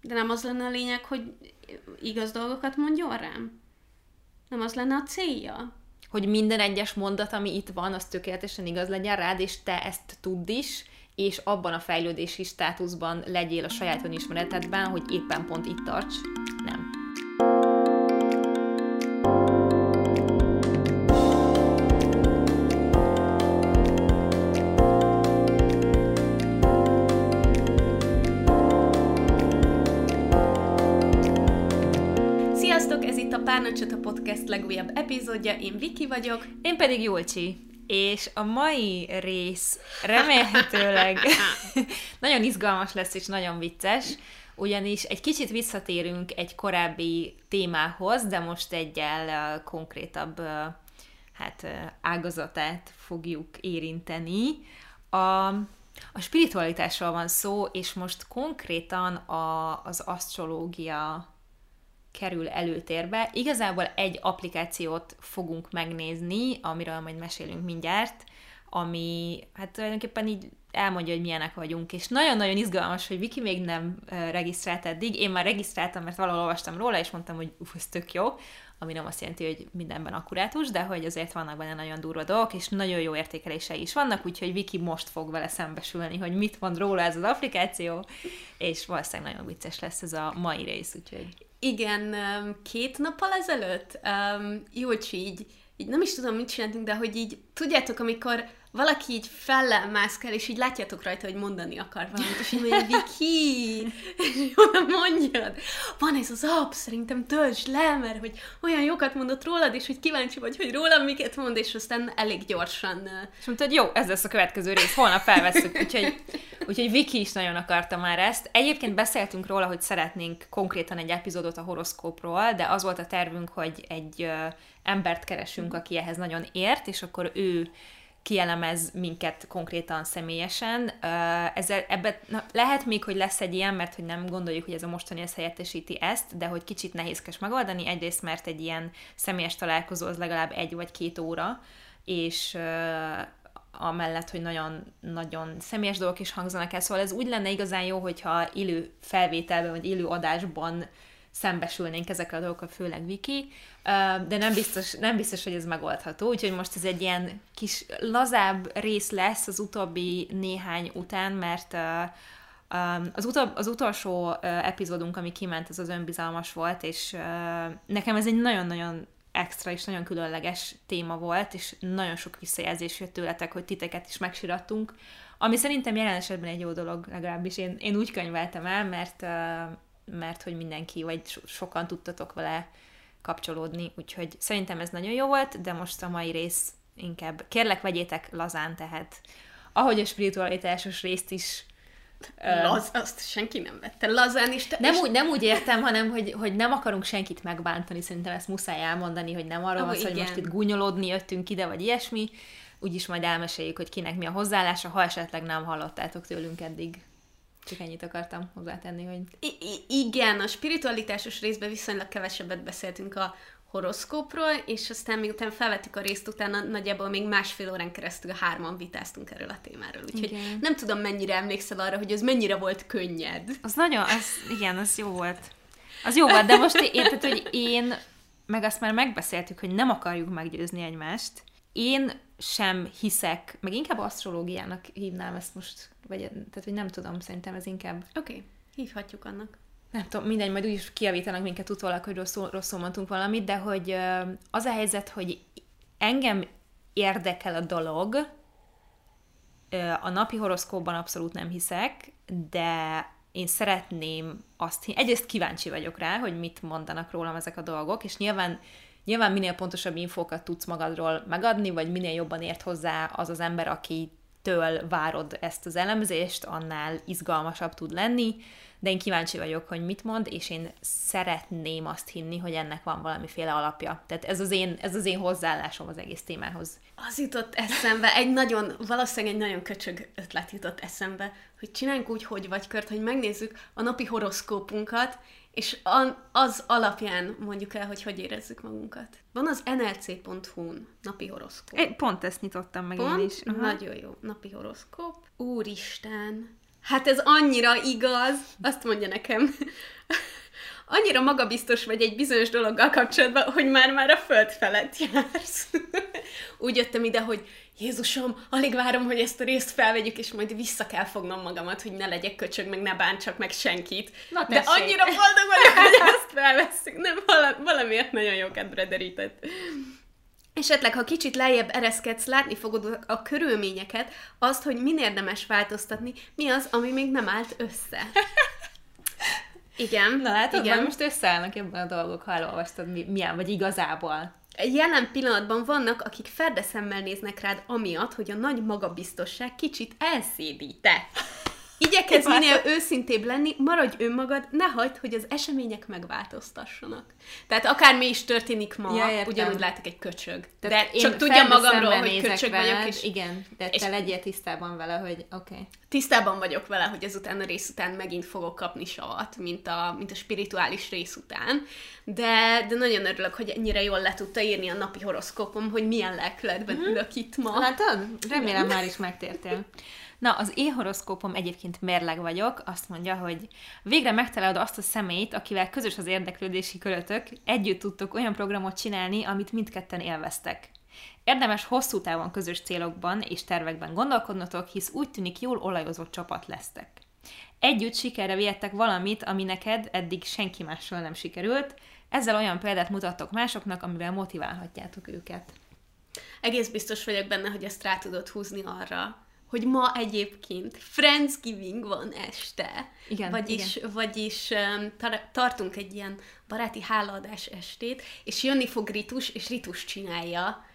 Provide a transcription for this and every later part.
De nem az lenne a lényeg, hogy igaz dolgokat mondjon rám? Nem az lenne a célja? Hogy minden egyes mondat, ami itt van, az tökéletesen igaz legyen rád, és te ezt tudd is, és abban a fejlődési státuszban legyél a saját önismeretedben, hogy éppen pont itt tarts. Nem. Sziasztok, ez itt a Párnacsata Podcast legújabb epizódja, én Viki vagyok. Én pedig Julcsi, és a mai rész remélhetőleg nagyon izgalmas lesz és nagyon vicces, ugyanis egy kicsit visszatérünk egy korábbi témához, de most egyel konkrétabb ágazatát fogjuk érinteni. A spiritualitásról van szó, és most konkrétan az asztrológia kerül előtérbe. Igazából egy applikációt fogunk megnézni, amiről majd mesélünk mindjárt, ami hát tulajdonképpen így elmondja, hogy milyenek vagyunk, és nagyon-nagyon izgalmas, hogy Viki még nem regisztrált eddig. Én már regisztráltam, mert valahol olvastam róla, és mondtam, hogy ez tök jó, ami nem azt jelenti, hogy mindenben akkurátus, de hogy azért vannak benne nagyon durva dolgok, és nagyon jó értékelései is vannak, úgyhogy Viki most fog vele szembesülni, hogy mit mond róla ez az applikáció, és valószínűleg nagyon vicces lesz ez a mai rész, úgyhogy... Igen, 2 nappal ezelőtt Julcsi így nem is tudom, mit csináltunk, de hogy így, tudjátok, amikor valaki így fellel mászkál, és így látjátok rajta, hogy mondani akar valamit, és így mondja, Viki, és oda mondjad, van ez az app, szerintem töltsd le, mert hogy olyan jókat mondott rólad, és hogy kíváncsi vagy, hogy rólam miket mond, és aztán elég gyorsan... És mondtad, jó, ez lesz a következő rész, holnap felvesszük, úgyhogy Viki is nagyon akarta már ezt. Egyébként beszéltünk róla, hogy szeretnénk konkrétan egy epizódot a horoszkópról, de az volt a tervünk, hogy egy embert keresünk, aki ehhez nagyon ért, és akkor ő kielemez minket konkrétan személyesen. Lehet még, hogy lesz egy ilyen, mert hogy nem gondoljuk, hogy ez a mostani ez helyettesíti ezt, de hogy kicsit nehézkes megoldani. Egyrészt, mert egy ilyen személyes találkozó az legalább 1 vagy 2 óra, és amellett, hogy nagyon személyes dolgok is hangzanak el. Szóval ez úgy lenne igazán jó, hogyha élő felvételben, vagy élő adásban szembesülnénk ezekkel a dolgokkal, főleg Viki, de nem biztos, hogy ez megoldható, úgyhogy most ez egy ilyen kis lazább rész lesz az utóbbi néhány után, mert az utolsó epizódunk, ami kiment, az önbizalmas volt, és nekem ez egy nagyon-nagyon extra és nagyon különleges téma volt, és nagyon sok visszajelzés jött tőletek, hogy titeket is megsirattunk, ami szerintem jelen esetben egy jó dolog, legalábbis én úgy könyveltem el, mert hogy mindenki, vagy sokan tudtatok vele kapcsolódni, úgyhogy szerintem ez nagyon jó volt, de most a mai rész inkább, kérlek, vegyétek lazán, tehát ahogy a spiritualitásos részt is... azt senki nem vette lazán is. Nem úgy értem, hanem hogy nem akarunk senkit megbántani, szerintem ezt muszáj elmondani, hogy nem arról van szó, hogy most itt gúnyolódni jöttünk ide, vagy ilyesmi, úgyis majd elmeséljük, hogy kinek mi a hozzáállása, ha esetleg nem hallottátok tőlünk eddig. Csak ennyit akartam hozzátenni, hogy... Igen, a spiritualitásos részben viszonylag kevesebbet beszéltünk a horoszkópról, és aztán miután felvettük a részt, utána nagyjából még 1,5 órán keresztül 3-an vitáztunk erről a témáról. Úgyhogy igen. Nem tudom, mennyire emlékszel arra, hogy ez mennyire volt könnyed. Az jó volt. Az jó volt, de most én meg azt már megbeszéltük, hogy nem akarjuk meggyőzni egymást. Én sem hiszek, meg inkább asztrológiának hívnám ezt most, tehát hogy nem tudom, szerintem ez inkább... Oké, hívhatjuk annak. Nem tudom, mindegy, majd úgyis kijavítanak minket utólag, hogy rosszul mondtunk valamit, de hogy az a helyzet, hogy engem érdekel a dolog, a napi horoszkópban abszolút nem hiszek, de én szeretném egyrészt kíváncsi vagyok rá, hogy mit mondanak rólam ezek a dolgok, és nyilván minél pontosabb infókat tudsz magadról megadni, vagy minél jobban ért hozzá az az ember, akitől várod ezt az elemzést, annál izgalmasabb tud lenni, de én kíváncsi vagyok, hogy mit mond, és én szeretném azt hinni, hogy ennek van valamiféle alapja. Tehát ez az én hozzáállásom az egész témához. Az jutott eszembe, valószínűleg egy nagyon köcsög ötlet jutott eszembe, hogy csináljunk úgy, hogy vagy kört, hogy megnézzük a napi horoszkópunkat, és az alapján mondjuk el, hogy érezzük magunkat. Van az nlc.hu-n napi horoszkóp. Pont ezt nyitottam meg én is. Nagyon jó. Napi horoszkóp. Úristen! Hát ez annyira igaz, azt mondja nekem. Annyira magabiztos vagy egy bizonyos dologgal kapcsolatban, hogy már a föld felett jársz. Úgy jöttem ide, hogy Jézusom, alig várom, hogy ezt a részt felvegyük, és majd vissza kell fognom magamat, hogy ne legyek köcsög, meg ne bántsak meg senkit. Na, de annyira boldog vagyok, hogy ezt felvesszük. Nem, valamiért nagyon jó kedvre derített. Esetleg, ha kicsit lejjebb ereszkedsz, látni fogod a körülményeket, azt, hogy min érdemes változtatni, mi az, ami még nem állt össze. Igen. Na látod, igen. most összeállnak ebben a dolgok, ha elolvastad, milyen vagy igazából. Jelen pillanatban vannak, akik ferdeszemmel néznek rád amiatt, hogy a nagy magabiztosság kicsit elszédít-e. Igyekezz minél őszintébb lenni, maradj önmagad, ne hagyd, hogy az események megváltoztassanak. Tehát akármi is történik ma, ugyanúgy látok egy köcsög. De csak tudjam magamról, hogy köcsög vagyok. És, igen, de te legyél tisztában vele, hogy oké. Tisztában vagyok vele, hogy ezután a rész után megint fogok kapni savat, mint a spirituális rész után. De nagyon örülök, hogy ennyire jól le tudta írni a napi horoszkópom, hogy milyen lelkületben ülök itt ma. Látod? Remélem már is megtértél. Na, az én horoszkópom egyébként mérleg vagyok, azt mondja, hogy végre megtalálod azt a személyt, akivel közös az érdeklődési körötök, együtt tudtok olyan programot csinálni, amit mindketten élveztek. Érdemes hosszú távon közös célokban és tervekben gondolkodnotok, hisz úgy tűnik jól olajozott csapat lesztek. Együtt sikerre vihettek valamit, ami neked eddig senki mással nem sikerült, ezzel olyan példát mutattok másoknak, amivel motiválhatjátok őket. Egész biztos vagyok benne, hogy ezt rá tudod húzni arra, hogy ma egyébként Friendsgiving van este. Igen, vagyis tartunk egy ilyen baráti hálaadás estét, és jönni fog Ritus, és Ritus csinálja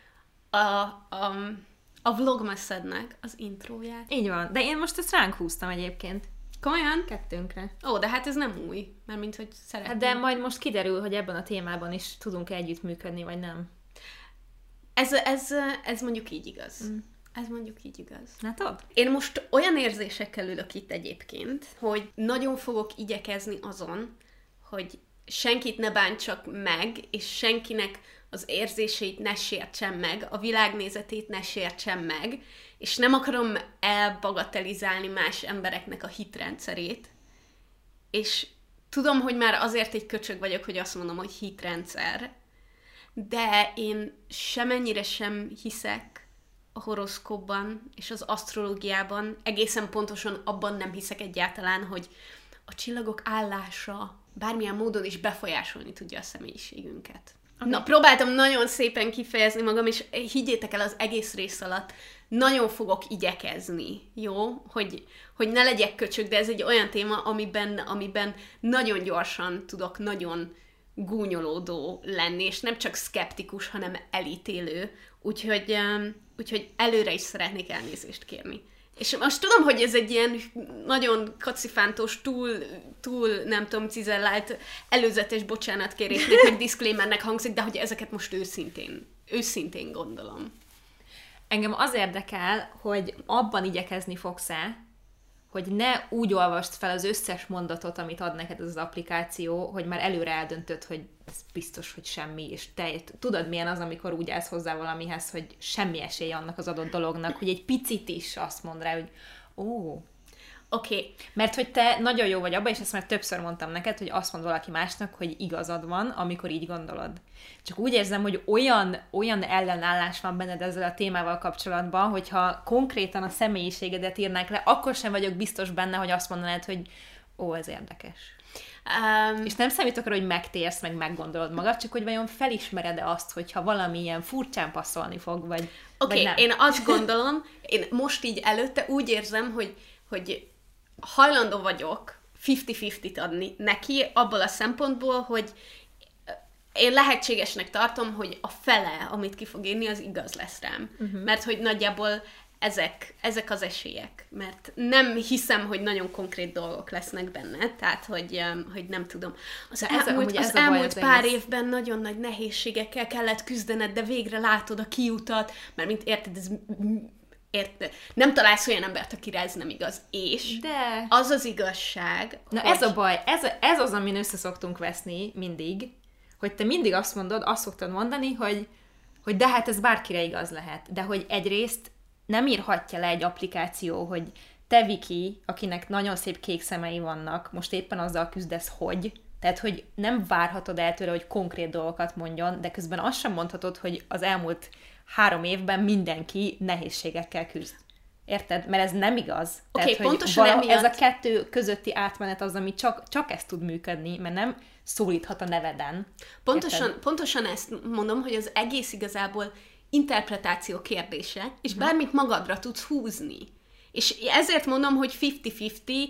a Vlogmasadnak az intróját. Így van, de én most ezt ránk húztam egyébként. Komolyan? Kettőnkre. Ó, de hát ez nem új, mármint, hogy szeretném. Hát de majd most kiderül, hogy ebben a témában is tudunk együttműködni, vagy nem. Ez mondjuk így igaz. Ez mondjuk így igaz. Látod? Én most olyan érzésekkel ülök itt egyébként, hogy nagyon fogok igyekezni azon, hogy senkit ne bántsak meg, és senkinek az érzéseit ne sértsem meg, a világnézetét ne sértsem meg, és nem akarom elbagatelizálni más embereknek a hitrendszerét, és tudom, hogy már azért egy köcsög vagyok, hogy azt mondom, hogy hitrendszer, de én semennyire sem hiszek a horoszkópban és az asztrológiában, egészen pontosan abban nem hiszek egyáltalán, hogy a csillagok állása bármilyen módon is befolyásolni tudja a személyiségünket. Okay. Na, próbáltam nagyon szépen kifejezni magam, és higgyétek el, az egész rész alatt nagyon fogok igyekezni, jó? Hogy ne legyek köcsög, de ez egy olyan téma, amiben nagyon gyorsan tudok nagyon gúnyolódó lenni, és nem csak szkeptikus, hanem elítélő. Úgyhogy előre is szeretnék elnézést kérni. És most tudom, hogy ez egy ilyen nagyon kacifántos, túl nem tudom, cizellált előzetes bocsánatkérésnek, meg disclaimernek hangzik, de hogy ezeket most őszintén gondolom. Engem az érdekel, hogy abban igyekezni fogsz-e, hogy ne úgy olvast fel az összes mondatot, amit ad neked ez az applikáció, hogy már előre eldöntöd, hogy ez biztos, hogy semmi, és te tudod, milyen az, amikor úgy állsz hozzá valamihez, hogy semmi esély annak az adott dolognak, hogy egy picit is azt mond rá, hogy Oké. Mert hogy te nagyon jó vagy abban, és ezt már többször mondtam neked, hogy azt mond valaki másnak, hogy igazad van, amikor így gondolod. Csak úgy érzem, hogy olyan ellenállás van benned ezzel a témával kapcsolatban, hogyha konkrétan a személyiségedet írnák le, akkor sem vagyok biztos benne, hogy azt mondanád, hogy ez érdekes. És nem számítok arra, hogy megtérsz, meg meggondolod magad, csak hogy vajon felismered-e azt, hogyha valamilyen furcsán passzolni fog, vagy nem. Én azt gondolom, én most így előtte úgy érzem, hogy hajlandó vagyok 50-50-t adni neki abból a szempontból, hogy én lehetségesnek tartom, hogy a fele, amit ki fog írni, az igaz lesz rám. Mert hogy nagyjából ezek az esélyek. Mert nem hiszem, hogy nagyon konkrét dolgok lesznek benne, tehát, hogy nem tudom. Az elmúlt pár évben nagyon nagy nehézségekkel kellett küzdened, de végre látod a kiutat, mert mint érted, nem találsz olyan embert, akire ez nem igaz. És de az az igazság, na hogy... ez a baj, ez az, amin össze szoktunk veszni mindig, hogy te mindig azt szoktad mondani, hogy de hát ez bárkire igaz lehet. De hogy egyrészt nem írhatja le egy applikáció, hogy te, Viki, akinek nagyon szép kék szemei vannak, most éppen azzal küzdesz, hogy... Tehát, hogy nem várhatod el tőle, hogy konkrét dolgokat mondjon, de közben azt sem mondhatod, hogy az elmúlt 3 évben mindenki nehézségekkel küzd. Érted? Mert ez nem igaz. Oké, pontosan emiatt... Ez a 2 közötti átmenet az, ami csak ez tud működni, mert nem szólíthat a neveden. Pontosan ezt mondom, hogy az egész igazából interpretáció kérdése, és bármit magadra tudsz húzni. És ezért mondom, hogy 50-50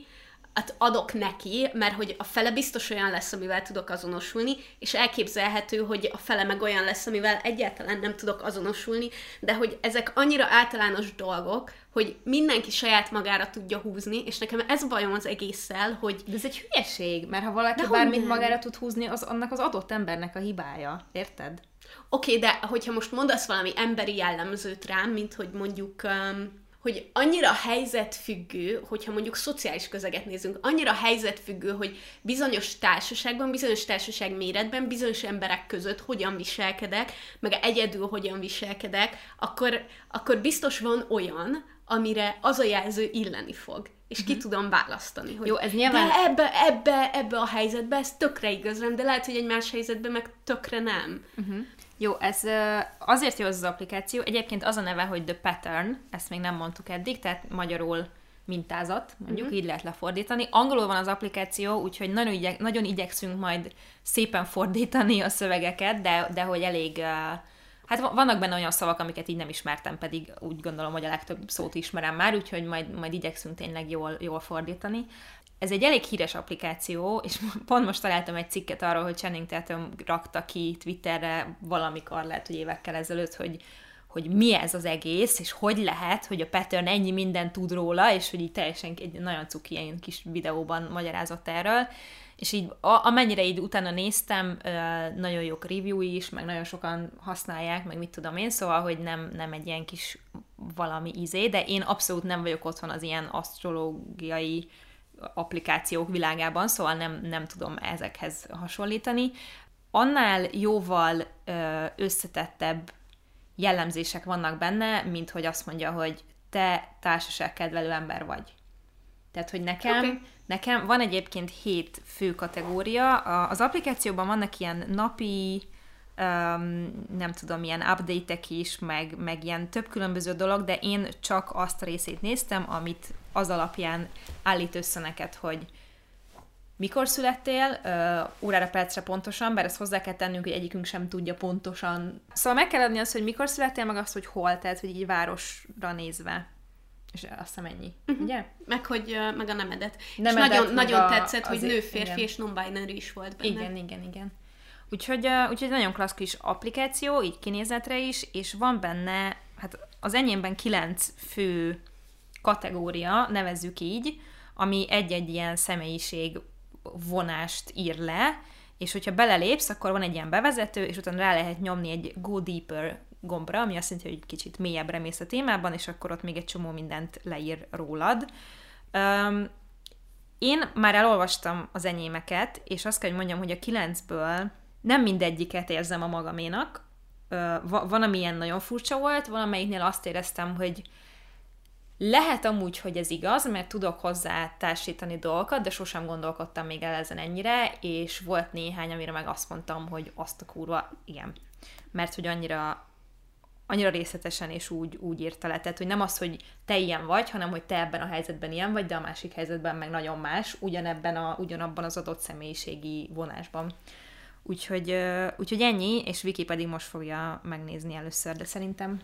adok neki, mert hogy a fele biztos olyan lesz, amivel tudok azonosulni, és elképzelhető, hogy a fele meg olyan lesz, amivel egyáltalán nem tudok azonosulni, de hogy ezek annyira általános dolgok, hogy mindenki saját magára tudja húzni, és nekem ez bajom az egésszel, hogy... De ez egy hülyeség, mert ha valaki bármit magára tud húzni, az annak az adott embernek a hibája. Érted? Oké, de hogyha most mondasz valami emberi jellemzőt rám, mint hogy mondjuk... hogy annyira helyzetfüggő, hogyha mondjuk szociális közeget nézünk, annyira helyzetfüggő, hogy bizonyos társaságban, bizonyos társaság méretben, bizonyos emberek között hogyan viselkedek, meg egyedül hogyan viselkedek, akkor biztos van olyan, amire az a jelző illeni fog. És ki tudom választani, hogy jó, ez nyilván... de ebbe a helyzetbe ez tökre igaz rám, de lehet, hogy egy más helyzetben meg tökre nem. Jó, ez azért jó az applikáció. Egyébként az a neve, hogy The Pattern, ezt még nem mondtuk eddig, tehát magyarul mintázat, mondjuk, így lehet lefordítani. Angolul van az applikáció, úgyhogy nagyon igyekszünk majd szépen fordítani a szövegeket, de hogy elég... Hát vannak benne olyan szavak, amiket így nem ismertem, pedig úgy gondolom, hogy a legtöbb szót ismerem már, úgyhogy majd igyekszünk tényleg jól fordítani. Ez egy elég híres applikáció, és pont most találtam egy cikket arról, hogy Channing Tatum rakta ki Twitterre valamikor, lehet, hogy évekkel ezelőtt, hogy mi ez az egész, és hogy lehet, hogy a Pattern ennyi mindent tud róla, és hogy így teljesen egy nagyon cuki ilyen kis videóban magyarázott erről. És így amennyire így utána néztem, nagyon jók review is, meg nagyon sokan használják, meg mit tudom én, szóval, hogy nem egy ilyen kis valami de én abszolút nem vagyok otthon az ilyen asztrológiai applikációk világában, szóval nem tudom ezekhez hasonlítani. Annál jóval összetettebb jellemzések vannak benne, mint hogy azt mondja, hogy te társaságkedvelő ember vagy. Tehát, hogy nekem van egyébként 7 fő kategória. Az applikációban vannak ilyen napi, nem tudom, ilyen update-ek is, meg ilyen több különböző dolog, de én csak azt a részét néztem, amit az alapján állít össze neked, hogy mikor születtél, órára, percre pontosan, bár ezt hozzá kell tennünk, hogy egyikünk sem tudja pontosan. Szóval meg kell adni azt, hogy mikor születtél, meg azt, hogy hol, tehát, hogy így városra nézve. És azt hiszem ennyi, ugye? Meg a nemedet. És nagyon tetszett, hogy nő, férfi igen. És non-binary is volt benne. Igen. Úgyhogy nagyon klassz kis applikáció, így kinézetre is, és van benne, hát az enyémben 9 fő kategória, nevezzük így, ami egy-egy ilyen személyiség vonást ír le, és hogyha belelépsz, akkor van egy ilyen bevezető, és utána rá lehet nyomni egy Go Deeper gombra, ami azt jelenti, hogy kicsit mélyebbre mész a témában, és akkor ott még egy csomó mindent leír rólad. Én már elolvastam az enyémeket, és azt kell, hogy mondjam, hogy a 9-ből nem mindegyiket érzem a magaménak. Van, ami ilyen nagyon furcsa volt, valamelyiknél azt éreztem, hogy lehet amúgy, hogy ez igaz, mert tudok hozzá társítani dolgokat, de sosem gondolkodtam még el ezen ennyire, és volt néhány, amire meg azt mondtam, hogy azt a kurva, igen. Mert hogy annyira részletesen és úgy írta le. Tehát, hogy nem az, hogy te ilyen vagy, hanem, hogy te ebben a helyzetben ilyen vagy, de a másik helyzetben meg nagyon más, ugyanabban az adott személyiségi vonásban. Úgyhogy ennyi, és Viki pedig most fogja megnézni először, de szerintem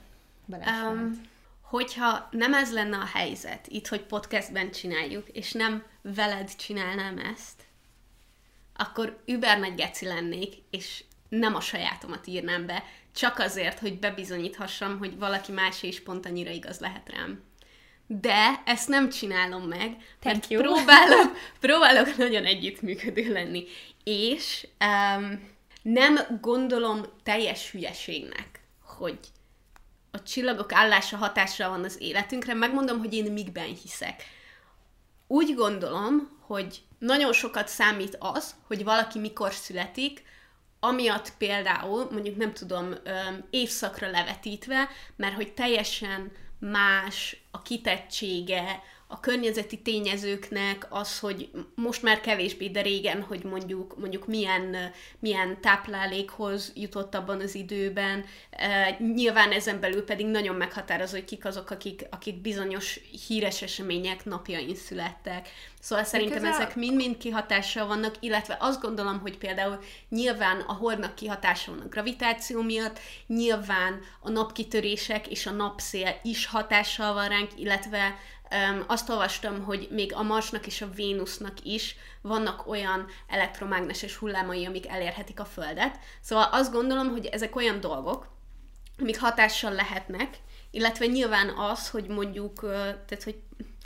hogyha nem ez lenne a helyzet, itt, hogy podcastben csináljuk, és nem veled csinálnám ezt, akkor über nagy geci lennék, és nem a sajátomat írnám be, csak azért, hogy bebizonyíthassam, hogy valaki másé is pont annyira igaz lehet rám. De ezt nem csinálom meg, mert próbálok nagyon együttműködő lenni. És nem gondolom teljes hülyeségnek, hogy a csillagok állása hatással van az életünkre, megmondom, hogy én mikben hiszek. Úgy gondolom, hogy nagyon sokat számít az, hogy valaki mikor születik, amiatt például, mondjuk nem tudom, évszakra levetítve, mert hogy teljesen más a kitettsége a környezeti tényezőknek az, hogy most már kevésbé, de régen, hogy mondjuk milyen táplálékhoz jutott abban az időben. Nyilván ezen belül pedig nagyon meghatározó, hogy kik azok, akik bizonyos híres események napjain születtek. Szóval szerintem ezek mind-mind kihatással vannak, illetve azt gondolom, hogy például nyilván a Holdnak kihatása van a gravitáció miatt, nyilván a napkitörések és a napszél is hatással van ránk, illetve azt olvastam, hogy még a Marsnak és a Vénusznak is vannak olyan elektromágneses hullámai, amik elérhetik a Földet. Szóval azt gondolom, hogy ezek olyan dolgok, amik hatással lehetnek, illetve nyilván az, hogy mondjuk, tehát, hogy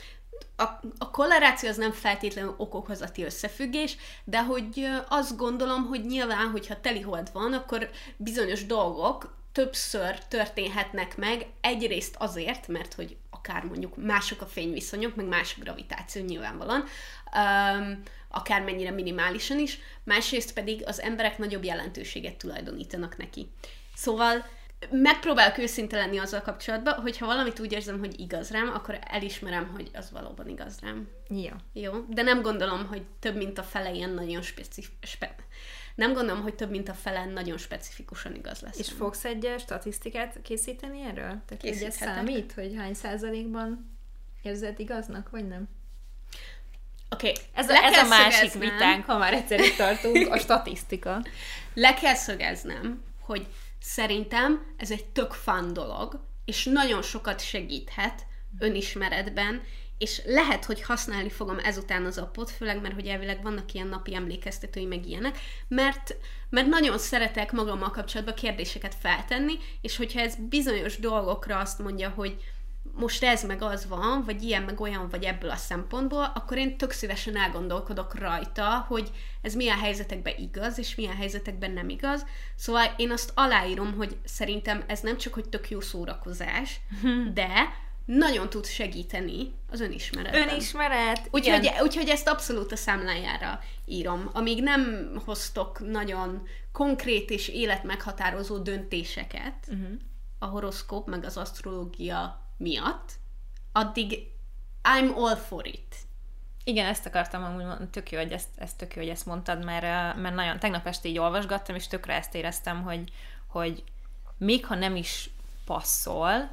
a korreláció az nem feltétlenül okokozati összefüggés, de hogy azt gondolom, hogy nyilván, hogyha telihold van, akkor bizonyos dolgok többször történhetnek meg, egyrészt azért, mert hogy akár mondjuk mások a fényviszonyok, meg más a gravitáció nyilvánvalóan, akármennyire minimálisan is, másrészt pedig az emberek nagyobb jelentőséget tulajdonítanak neki. Szóval megpróbálok őszinte lenni azzal kapcsolatban, hogyha valamit úgy érzem, hogy igaz rám, akkor elismerem, hogy az valóban igaz rám. Jó. De nem gondolom, hogy több mint a fele ilyen nagyon nem gondolom, hogy több mint a fele nagyon specifikusan igaz lesz. És fogsz egy statisztikát készíteni erről? Tehát ez számít, hogy hány százalékban érzed igaznak, vagy nem? Oké. Ez a másik vitánk, ha már egyszer itt tartunk, a statisztika. Le kell szögeznem, hogy szerintem ez egy tök fun dolog, és nagyon sokat segíthet önismeretben, és lehet, hogy használni fogom ezután az appot, főleg, mert hogy elvileg vannak ilyen napi emlékeztetői, meg ilyenek, mert nagyon szeretek magammal kapcsolatban kérdéseket feltenni, és hogyha ez bizonyos dolgokra azt mondja, hogy most ez meg az van, vagy ilyen meg olyan, vagy ebből a szempontból, akkor én tök szívesen elgondolkodok rajta, hogy ez milyen helyzetekben igaz, és milyen helyzetekben nem igaz. Szóval én azt aláírom, hogy szerintem ez nem csak, hogy tök jó szórakozás, de nagyon tud segíteni az önismeretben. Önismeret! Úgyhogy ezt abszolút a számlájára írom. Amíg nem hoztok nagyon konkrét és életmeghatározó döntéseket a horoszkóp meg az asztrológia miatt, addig I'm all for it. Igen, ezt akartam amúgy mondani, tök jó, hogy ezt mondtad, mert nagyon tegnap este így olvasgattam, és tökre ezt éreztem, hogy még ha nem is passzol,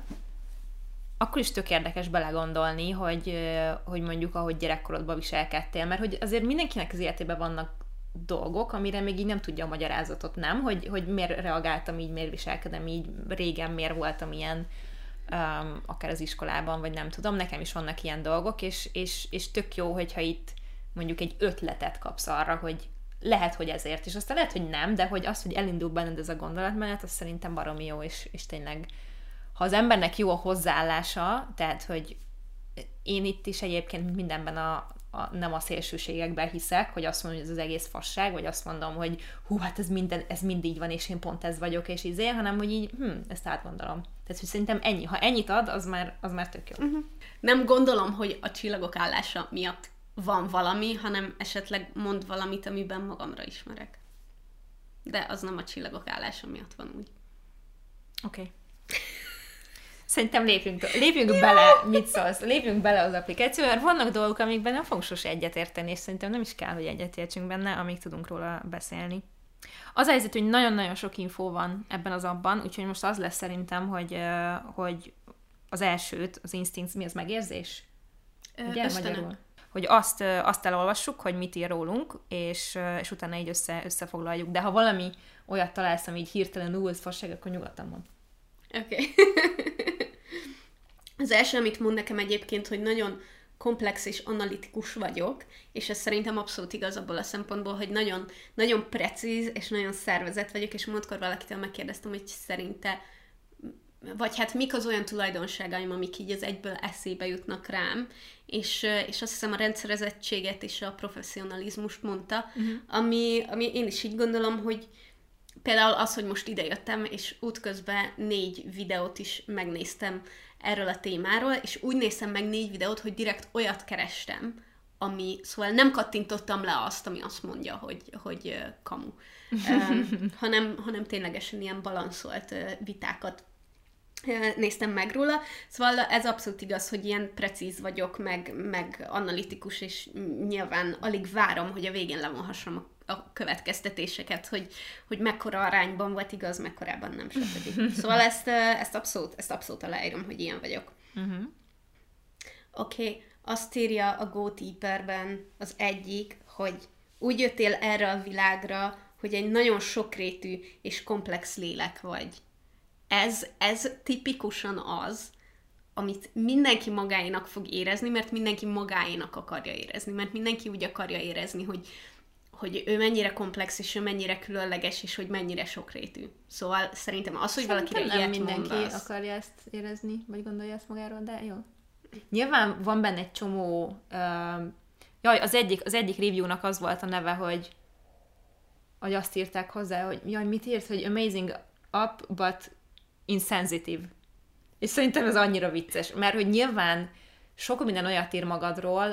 akkor is tök érdekes belegondolni, hogy mondjuk ahogy gyerekkorodban viselkedtél, mert hogy azért mindenkinek az életében vannak dolgok, amire még így nem tudja a magyarázatot, nem? Hogy miért reagáltam így, miért viselkedem így, régen miért voltam ilyen, akár az iskolában, vagy nem tudom, nekem is vannak ilyen dolgok, és tök jó, hogyha itt mondjuk egy ötletet kapsz arra, hogy lehet, hogy ezért, és aztán lehet, hogy nem, de hogy az, hogy elindul benned ez a gondolatmenet, az szerintem baromi jó, és tényleg, ha az embernek jó a hozzáállása, tehát, hogy én itt is egyébként mindenben nem a szélsőségekben hiszek, hogy azt mondom, hogy ez az egész fasság, vagy azt mondom, hogy hát ez mind így van, és én pont ez vagyok, és hanem, hogy így, ezt átgondolom. Tehát, hogy szerintem ennyi. Ha ennyit ad, az már tök jó. Nem gondolom, hogy a csillagok állása miatt van valami, hanem esetleg mond valamit, amiben magamra ismerek. De az nem a csillagok állása miatt van úgy. Oké. Szerintem lépjünk bele, mit szólsz? Lépjünk bele az applikációba, mert vannak dolgok, amikben nem fogunk sose egyetérteni, és szerintem nem is kell, hogy egyetértsünk benne, amíg tudunk róla beszélni. Az a helyzet, hogy nagyon-nagyon sok infó van ebben az appban, úgyhogy most az lesz szerintem, hogy az elsőt, az instinct, mi az megérzés? Ugye, magyarul? Hogy azt elolvassuk, hogy mit ír rólunk, és utána így összefoglaljuk. De ha valami olyat találsz, ami így hirtelen ez fasság, akkor nyugodtan mond. Oké. Az első, amit mond nekem egyébként, hogy nagyon komplex és analitikus vagyok, és ez szerintem abszolút igaz abból a szempontból, hogy nagyon, nagyon precíz és nagyon szervezett vagyok, és múltkor valakitől megkérdeztem, hogy szerinte, vagy hát mik az olyan tulajdonságaim, amik így az egyből eszébe jutnak rám, és azt hiszem a rendszerezettséget és a professzionalizmust mondta, ami én is így gondolom, hogy például az, hogy most idejöttem, és útközben 4 videót is megnéztem erről a témáról, és úgy néztem meg 4 videót, hogy direkt olyat kerestem, szóval nem kattintottam le azt, ami azt mondja, hogy kamu, hanem ténylegesen ilyen balanszolt vitákat néztem meg róla. Szóval ez abszolút igaz, hogy ilyen precíz vagyok, meg analitikus, és nyilván alig várom, hogy a végén levonhassam a következtetéseket, hogy mekkora arányban volt igaz, mekkorában nem, stb. Szóval ezt abszolút aláírom, hogy ilyen vagyok. Oké, azt írja a Goatkeeperben az egyik, hogy úgy jöttél erre a világra, hogy egy nagyon sokrétű és komplex lélek vagy. Ez tipikusan az, amit mindenki magáénak fog érezni, mert mindenki magáénak akarja érezni, mert mindenki úgy akarja érezni, hogy ő mennyire komplex, és ő mennyire különleges, és hogy mennyire sokrétű. Szóval szerintem az, hogy valakire ilyet mindenki mondasz... akarja ezt érezni, vagy gondolja ezt magáról, de jó. Nyilván van benne egy csomó... az egyik review-nak az volt a neve, hogy azt írták hozzá, hogy mit írt, hogy amazing up, but insensitive. És szerintem ez annyira vicces, mert hogy nyilván sok minden olyat ír magadról,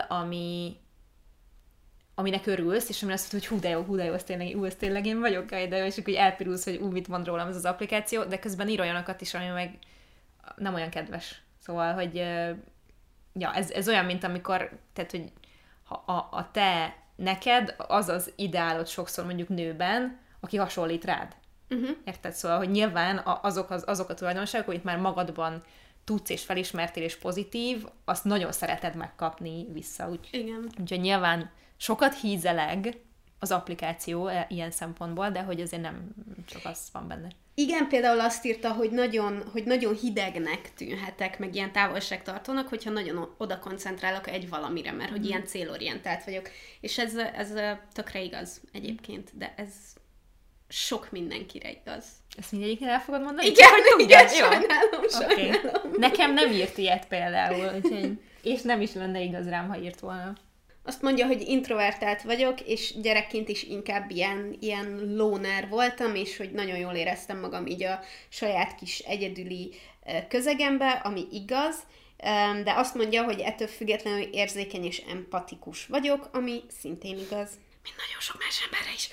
aminek örülsz, és amire azt mondod, hogy hú de jó, ez tényleg én vagyok, de jó, és akkor elpirulsz, hogy mit mond rólam ez az applikáció, de közben ír olyanokat is, ami meg nem olyan kedves. Szóval, hogy ez olyan, mint amikor, tehát, hogy a te neked az az ideálod sokszor mondjuk nőben, aki hasonlít rád. Érted? Szóval, hogy nyilván azok a tulajdonságok, amit már magadban tudsz és felismertél és pozitív, azt nagyon szereted megkapni vissza. Igen. Úgyhogy nyilván sokat hízeleg az applikáció ilyen szempontból, de hogy azért nem csak az van benne. Igen, például azt írta, hogy nagyon hidegnek tűnhetek, meg ilyen távolságtartónak, hogyha nagyon oda koncentrálok egy valamire, mert hogy ilyen célorientált vagyok. És ez tökre igaz egyébként, de ez sok mindenkire igaz. Ezt mindegyiknél el fogod mondani? Igen, hogy igen, jó. sajnálom. Okay. Nekem nem írt ilyet például, úgyhogy, és nem is lenne igaz rám, ha írt volna. Azt mondja, hogy introvertált vagyok, és gyerekként is inkább ilyen loner voltam, és hogy nagyon jól éreztem magam így a saját kis egyedüli közegembe, ami igaz, de azt mondja, hogy ettől függetlenül érzékeny és empatikus vagyok, ami szintén igaz. Mint nagyon sok más emberre is.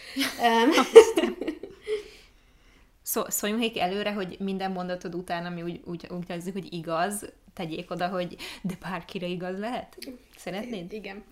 Szóljunk előre, hogy minden mondatod után, ami úgy nézzük, hogy igaz, tegyék oda, hogy de bárkire igaz lehet? Szeretnéd? Igen.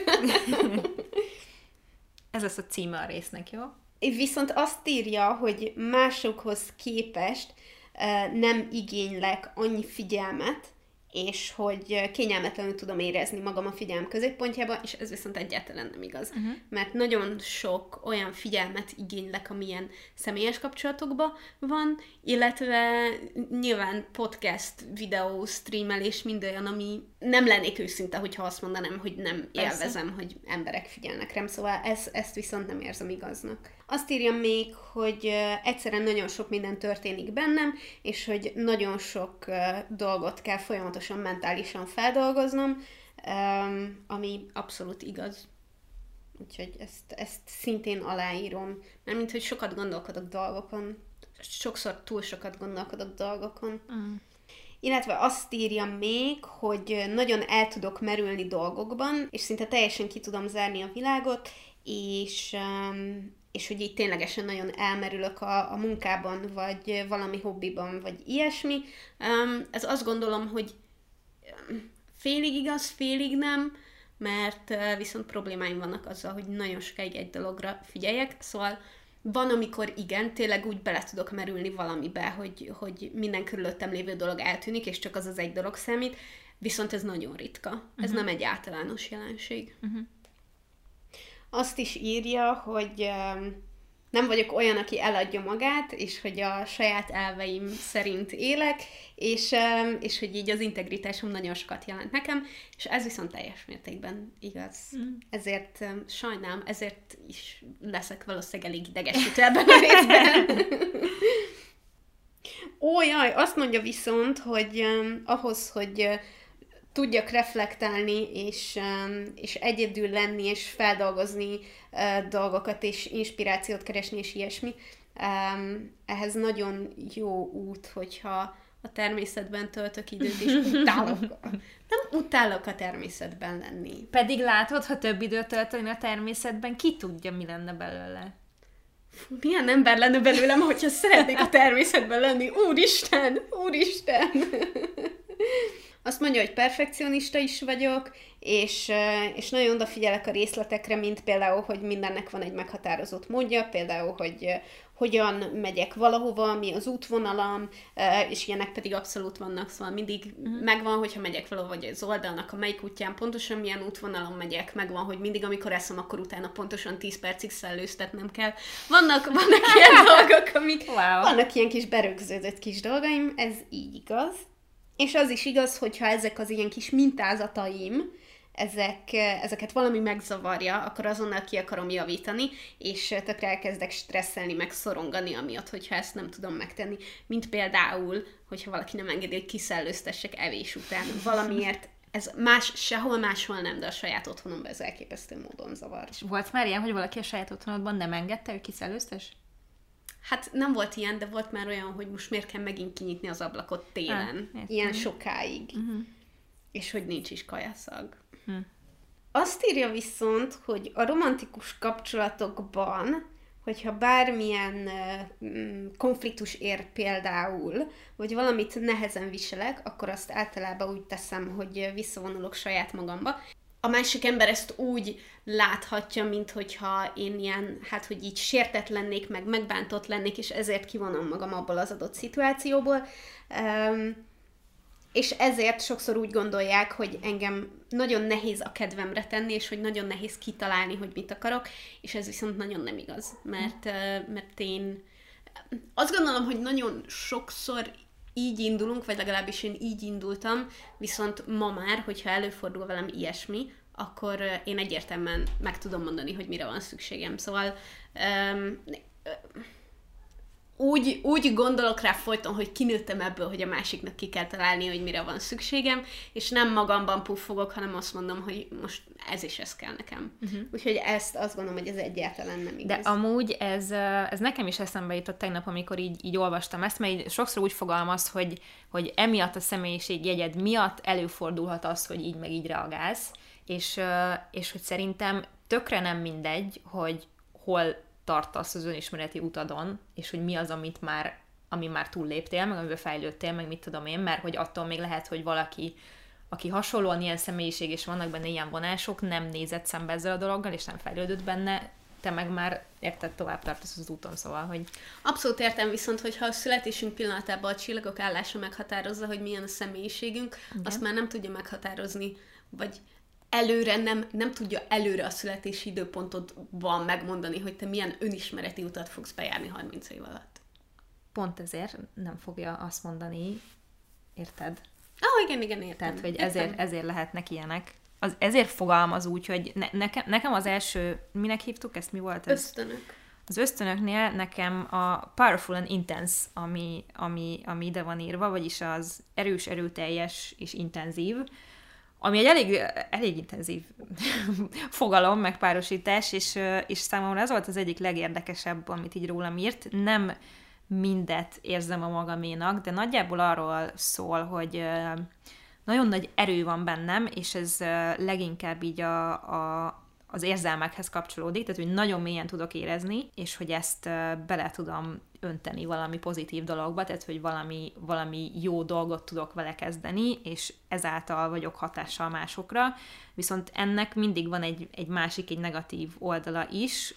Ez lesz a címe a résznek, jó? Viszont azt írja, hogy másokhoz képest nem igénylek annyi figyelmet, és hogy kényelmetlenül tudom érezni magam a figyelem középpontjában, és ez viszont egyáltalán nem igaz. Mert nagyon sok olyan figyelmet igénylek, amilyen személyes kapcsolatokban van, illetve nyilván podcast, videó, streamelés, mind olyan, ami nem lennék őszinte, hogyha azt mondanám, hogy nem élvezem, hogy emberek figyelnek rám, szóval ezt viszont nem érzem igaznak. Azt írja még, hogy egyszerűen nagyon sok minden történik bennem, és hogy nagyon sok dolgot kell folyamatosan mentálisan feldolgoznom, ami abszolút igaz. Úgyhogy ezt szintén aláírom. Mármint, hogy sokat gondolkodok dolgokon. Sokszor túl sokat gondolkodok dolgokon. Illetve azt írja még, hogy nagyon el tudok merülni dolgokban, és szinte teljesen ki tudom zárni a világot, és hogy így ténylegesen nagyon elmerülök a munkában, vagy valami hobbiban, vagy ilyesmi. Ez azt gondolom, hogy félig igaz, félig nem, mert viszont problémáim vannak azzal, hogy nagyon sokáig egy dologra figyeljek, szóval van, amikor igen, tényleg úgy bele tudok merülni valamibe, hogy minden körülöttem lévő dolog eltűnik, és csak az az egy dolog számít, viszont ez nagyon ritka. Ez nem egy általános jelenség. Azt is írja, hogy nem vagyok olyan, aki eladja magát, és hogy a saját elveim szerint élek, és hogy így az integritásom nagyon sokat jelent nekem, és ez viszont teljes mértékben igaz. Ezért sajnálom, ezért is leszek valószínűleg elég idegesítő ebben a részben. Ó, jaj, azt mondja viszont, hogy ahhoz, hogy tudjak reflektálni, és egyedül lenni, és feldolgozni dolgokat, és inspirációt keresni, és ilyesmi. Ehhez nagyon jó út, hogyha a természetben töltök időt, és nem utálok a természetben lenni. Pedig látod, ha több időt tölteni a természetben, ki tudja, mi lenne belőle? Milyen ember lenne belőlem, hogyha szeretnék a természetben lenni? Úristen! Úristen! Azt mondja, hogy perfekcionista is vagyok, és nagyon odafigyelek a részletekre, mint például, hogy mindennek van egy meghatározott módja, például, hogy hogyan megyek valahova, mi az útvonalam, és ilyenek pedig abszolút vannak, szóval mindig megvan, hogyha megyek valahova, vagy az oldalnak a melyik útján pontosan milyen útvonalon megyek, megvan, hogy mindig, amikor eszem, akkor utána pontosan 10 percig szellőztetnem kell. Vannak ilyen dolgok, amik, vannak ilyen kis berögződött kis dolgaim, ez így igaz. És az is igaz, hogyha ezek az ilyen kis mintázataim, ezeket valami megzavarja, akkor azonnal ki akarom javítani, és tökre elkezdek stresszelni, meg szorongani amiatt, hogyha ezt nem tudom megtenni. Mint például, hogyha valaki nem engedi, hogy kiszellőztessek evés után. Valamiért ez sehol máshol nem, de a saját otthonomban ez elképesztő módon zavar. Volt már ilyen, hogy valaki a saját otthonodban nem engedte, hogy kiszellőztess? Hát nem volt ilyen, de volt már olyan, hogy most miért kell megint kinyitni az ablakot télen. Ilyen sokáig. És hogy nincs is kajaszag. Azt írja viszont, hogy a romantikus kapcsolatokban, hogyha bármilyen konfliktus ér például, vagy valamit nehezen viselek, akkor azt általában úgy teszem, hogy visszavonulok saját magamba. A másik ember ezt úgy láthatja, mint hogyha én ilyen, hát hogy így sértett lennék, meg megbántott lennék, és ezért kivonom magam abból az adott szituációból. És ezért sokszor úgy gondolják, hogy engem nagyon nehéz a kedvemre tenni, és hogy nagyon nehéz kitalálni, hogy mit akarok, és ez viszont nagyon nem igaz, mert én azt gondolom, hogy nagyon sokszor így indulunk, vagy legalábbis én így indultam, viszont ma már, hogyha előfordul velem ilyesmi, akkor én egyértelműen meg tudom mondani, hogy mire van szükségem. Szóval úgy gondolok rá folyton, hogy kinőttem ebből, hogy a másiknak ki kell találni, hogy mire van szükségem, és nem magamban puffogok, hanem azt mondom, hogy most ez és ez kell nekem. Úgyhogy ezt azt gondolom, hogy ez egyáltalán nem igaz. De amúgy ez nekem is eszembe jutott tegnap, amikor így olvastam ezt, mert sokszor úgy fogalmaz, hogy emiatt a személyiségjegyed miatt előfordulhat az, hogy így meg így reagálsz, és hogy szerintem tökre nem mindegy, hogy hol tartasz az önismereti utadon, és hogy mi az, ami már túlléptél, meg amiben fejlődtél, meg mit tudom én, mert hogy attól még lehet, hogy valaki, aki hasonlóan ilyen személyiség, és vannak benne ilyen vonások, nem nézett szembe ezzel a dologgal, és nem fejlődött benne, te meg már érted, tovább tartasz az úton, szóval, hogy... Abszolút értem, viszont hogyha a születésünk pillanatában a csillagok állása meghatározza, hogy milyen a személyiségünk, azt már nem tudja meghatározni, vagy előre nem tudja előre a születési időpontodban megmondani, hogy te milyen önismereti utat fogsz bejárni 30 év alatt. Pont ezért nem fogja azt mondani, érted? Igen, értem. Tehát, hogy ezért lehetnek ilyenek. Ezért fogalmaz úgy, hogy nekem az első, minek hívtuk ezt, mi volt ez? Ösztönök. Az ösztönöknél nekem a powerful and intense, ami ide van írva, vagyis az erős, erőteljes és intenzív, ami egy elég intenzív fogalom, meg párosítás, és számomra ez volt az egyik legérdekesebb, amit így rólam írt. Nem mindet érzem a magaménak, de nagyjából arról szól, hogy nagyon nagy erő van bennem, és ez leginkább így az érzelmekhez kapcsolódik, tehát hogy nagyon mélyen tudok érezni, és hogy ezt bele tudom önteni valami pozitív dologba, tehát hogy valami jó dolgot tudok vele kezdeni, és ezáltal vagyok hatással másokra, viszont ennek mindig van egy másik, egy negatív oldala is,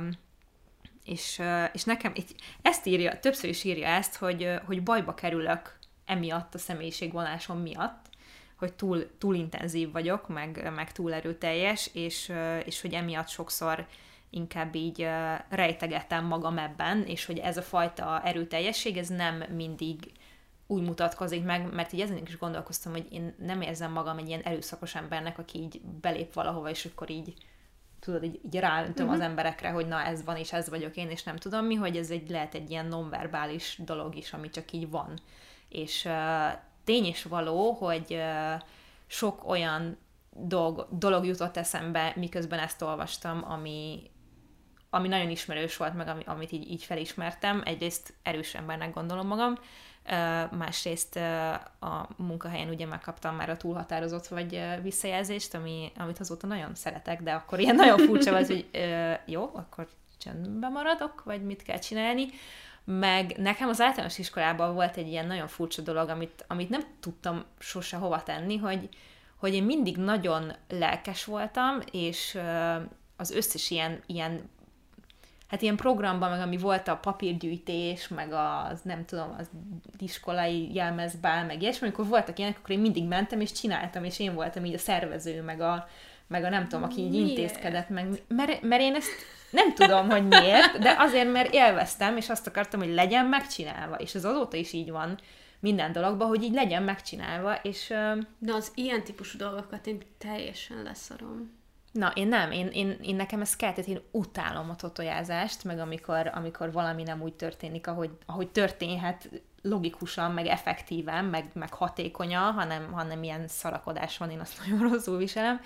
és nekem ezt írja, többször is írja ezt, hogy bajba kerülök emiatt, a személyiségvonásom miatt, hogy túl intenzív vagyok, meg túl erőteljes, és hogy emiatt sokszor inkább így rejtegettem magam ebben, és hogy ez a fajta erőteljesség, ez nem mindig úgy mutatkozik meg, mert így ezen is gondolkoztam, hogy én nem érzem magam egy ilyen erőszakos embernek, aki így belép valahova, és akkor így tudod, így ráöntöm az emberekre, hogy na ez van, és ez vagyok én, és nem tudom mi, hogy ez lehet egy ilyen nonverbális dolog is, ami csak így van. És tény és való, hogy sok olyan dolog jutott eszembe, miközben ezt olvastam, ami nagyon ismerős volt, meg amit így felismertem. Egyrészt erős embernek gondolom magam, másrészt a munkahelyen ugye megkaptam már a túlhatározott vagy visszajelzést, amit azóta nagyon szeretek, de akkor ilyen nagyon furcsa volt, hogy jó, akkor csendben maradok, vagy mit kell csinálni. Meg nekem az általános iskolában volt egy ilyen nagyon furcsa dolog, amit nem tudtam sose hova tenni, hogy én mindig nagyon lelkes voltam, és az összes ilyen programban, meg ami volt a papírgyűjtés, meg az, nem tudom, az iskolai jelmezbál, meg ilyesmi, amikor voltak ilyenek, akkor én mindig mentem, és csináltam, és én voltam így a szervező, meg a nem tudom, aki így intézkedett, meg, mert én ezt nem tudom, hogy miért, de azért, mert élveztem, és azt akartam, hogy legyen megcsinálva, és ez azóta is így van minden dologban, hogy így legyen megcsinálva, és... De az ilyen típusú dolgokat én teljesen leszarom. Na, én nem. Én nekem ez kell, tehát én utálom a totojázást, meg amikor valami nem úgy történik, ahogy történhet logikusan, meg effektíven, meg hatékonyan, hanem ilyen szarakodás van, én azt nagyon rosszul viselem.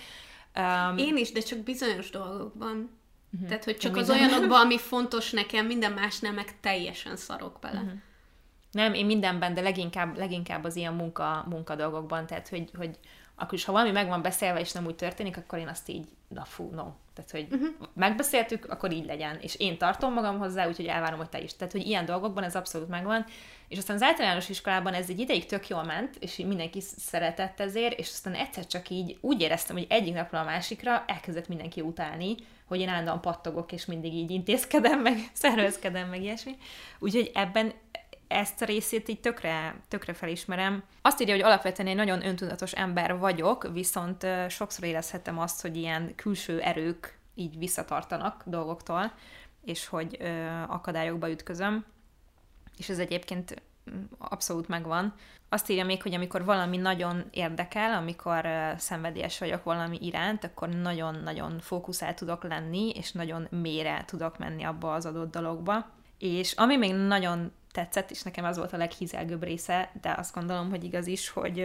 Én is, de csak bizonyos dolgokban. Tehát, hogy csak az olyanokban, ami fontos nekem, minden másnál meg teljesen szarok bele. Nem, én mindenben, de leginkább az ilyen munka dolgokban, tehát, hogy akkor is, ha valami meg van beszélve, és nem úgy történik, akkor én azt így, no. Tehát, hogy megbeszéltük, akkor így legyen. És én tartom magam hozzá, úgyhogy elvárom, hogy te is. Tehát, hogy ilyen dolgokban ez abszolút megvan. És aztán az általános iskolában ez egy ideig tök jól ment, és mindenki szeretett ezért, és aztán egyszer csak így úgy éreztem, hogy egyik napról a másikra elkezdett mindenki utálni, hogy én állandóan pattogok, és mindig így intézkedem, meg szervezkedem, meg ilyesmi. Úgyhogy ebben ezt a részét így tökre felismerem. Azt írja, hogy alapvetően egy nagyon öntudatos ember vagyok, viszont sokszor érezhetem azt, hogy ilyen külső erők így visszatartanak dolgoktól, és hogy akadályokba ütközöm. És ez egyébként abszolút megvan. Azt írja még, hogy amikor valami nagyon érdekel, amikor szenvedélyes vagyok valami iránt, akkor nagyon-nagyon fókuszált tudok lenni, és nagyon mélyre tudok menni abba az adott dologba. És ami még nagyon tetszett, és nekem az volt a leghízelgőbb része, de azt gondolom, hogy igaz is, hogy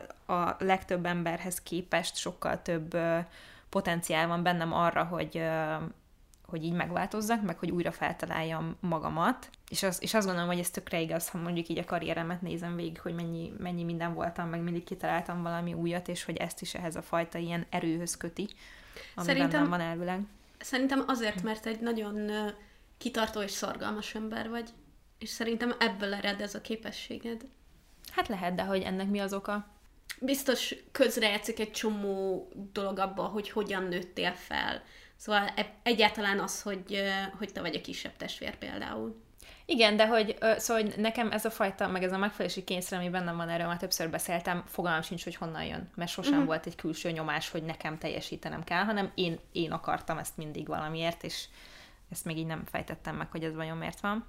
a legtöbb emberhez képest sokkal több potenciál van bennem arra, hogy így megváltozzak, meg hogy újra feltaláljam magamat. És azt gondolom, hogy ez tökre igaz, ha mondjuk így a karrieremet nézem végig, hogy mennyi minden voltam, meg mindig kitaláltam valami újat, és hogy ezt is ehhez a fajta ilyen erőhöz köti, ami bennem van elvileg. Szerintem azért, mert egy nagyon kitartó és szorgalmas ember vagy, és szerintem ebből ered ez a képességed. Hát lehet, de hogy ennek mi az oka? Biztos közrejátszik egy csomó dolog abba, hogy hogyan nőttél fel. Szóval egyáltalán az, hogy te vagy a kisebb testvér például. Igen, de szóval nekem ez a fajta, meg ez a megfelelési kényszer, ami bennem van, erről már többször beszéltem, fogalmam sincs, hogy honnan jön. Mert sosem volt egy külső nyomás, hogy nekem teljesítenem kell, hanem én akartam ezt mindig valamiért, és ezt még így nem fejtettem meg, hogy ez vajon miért van.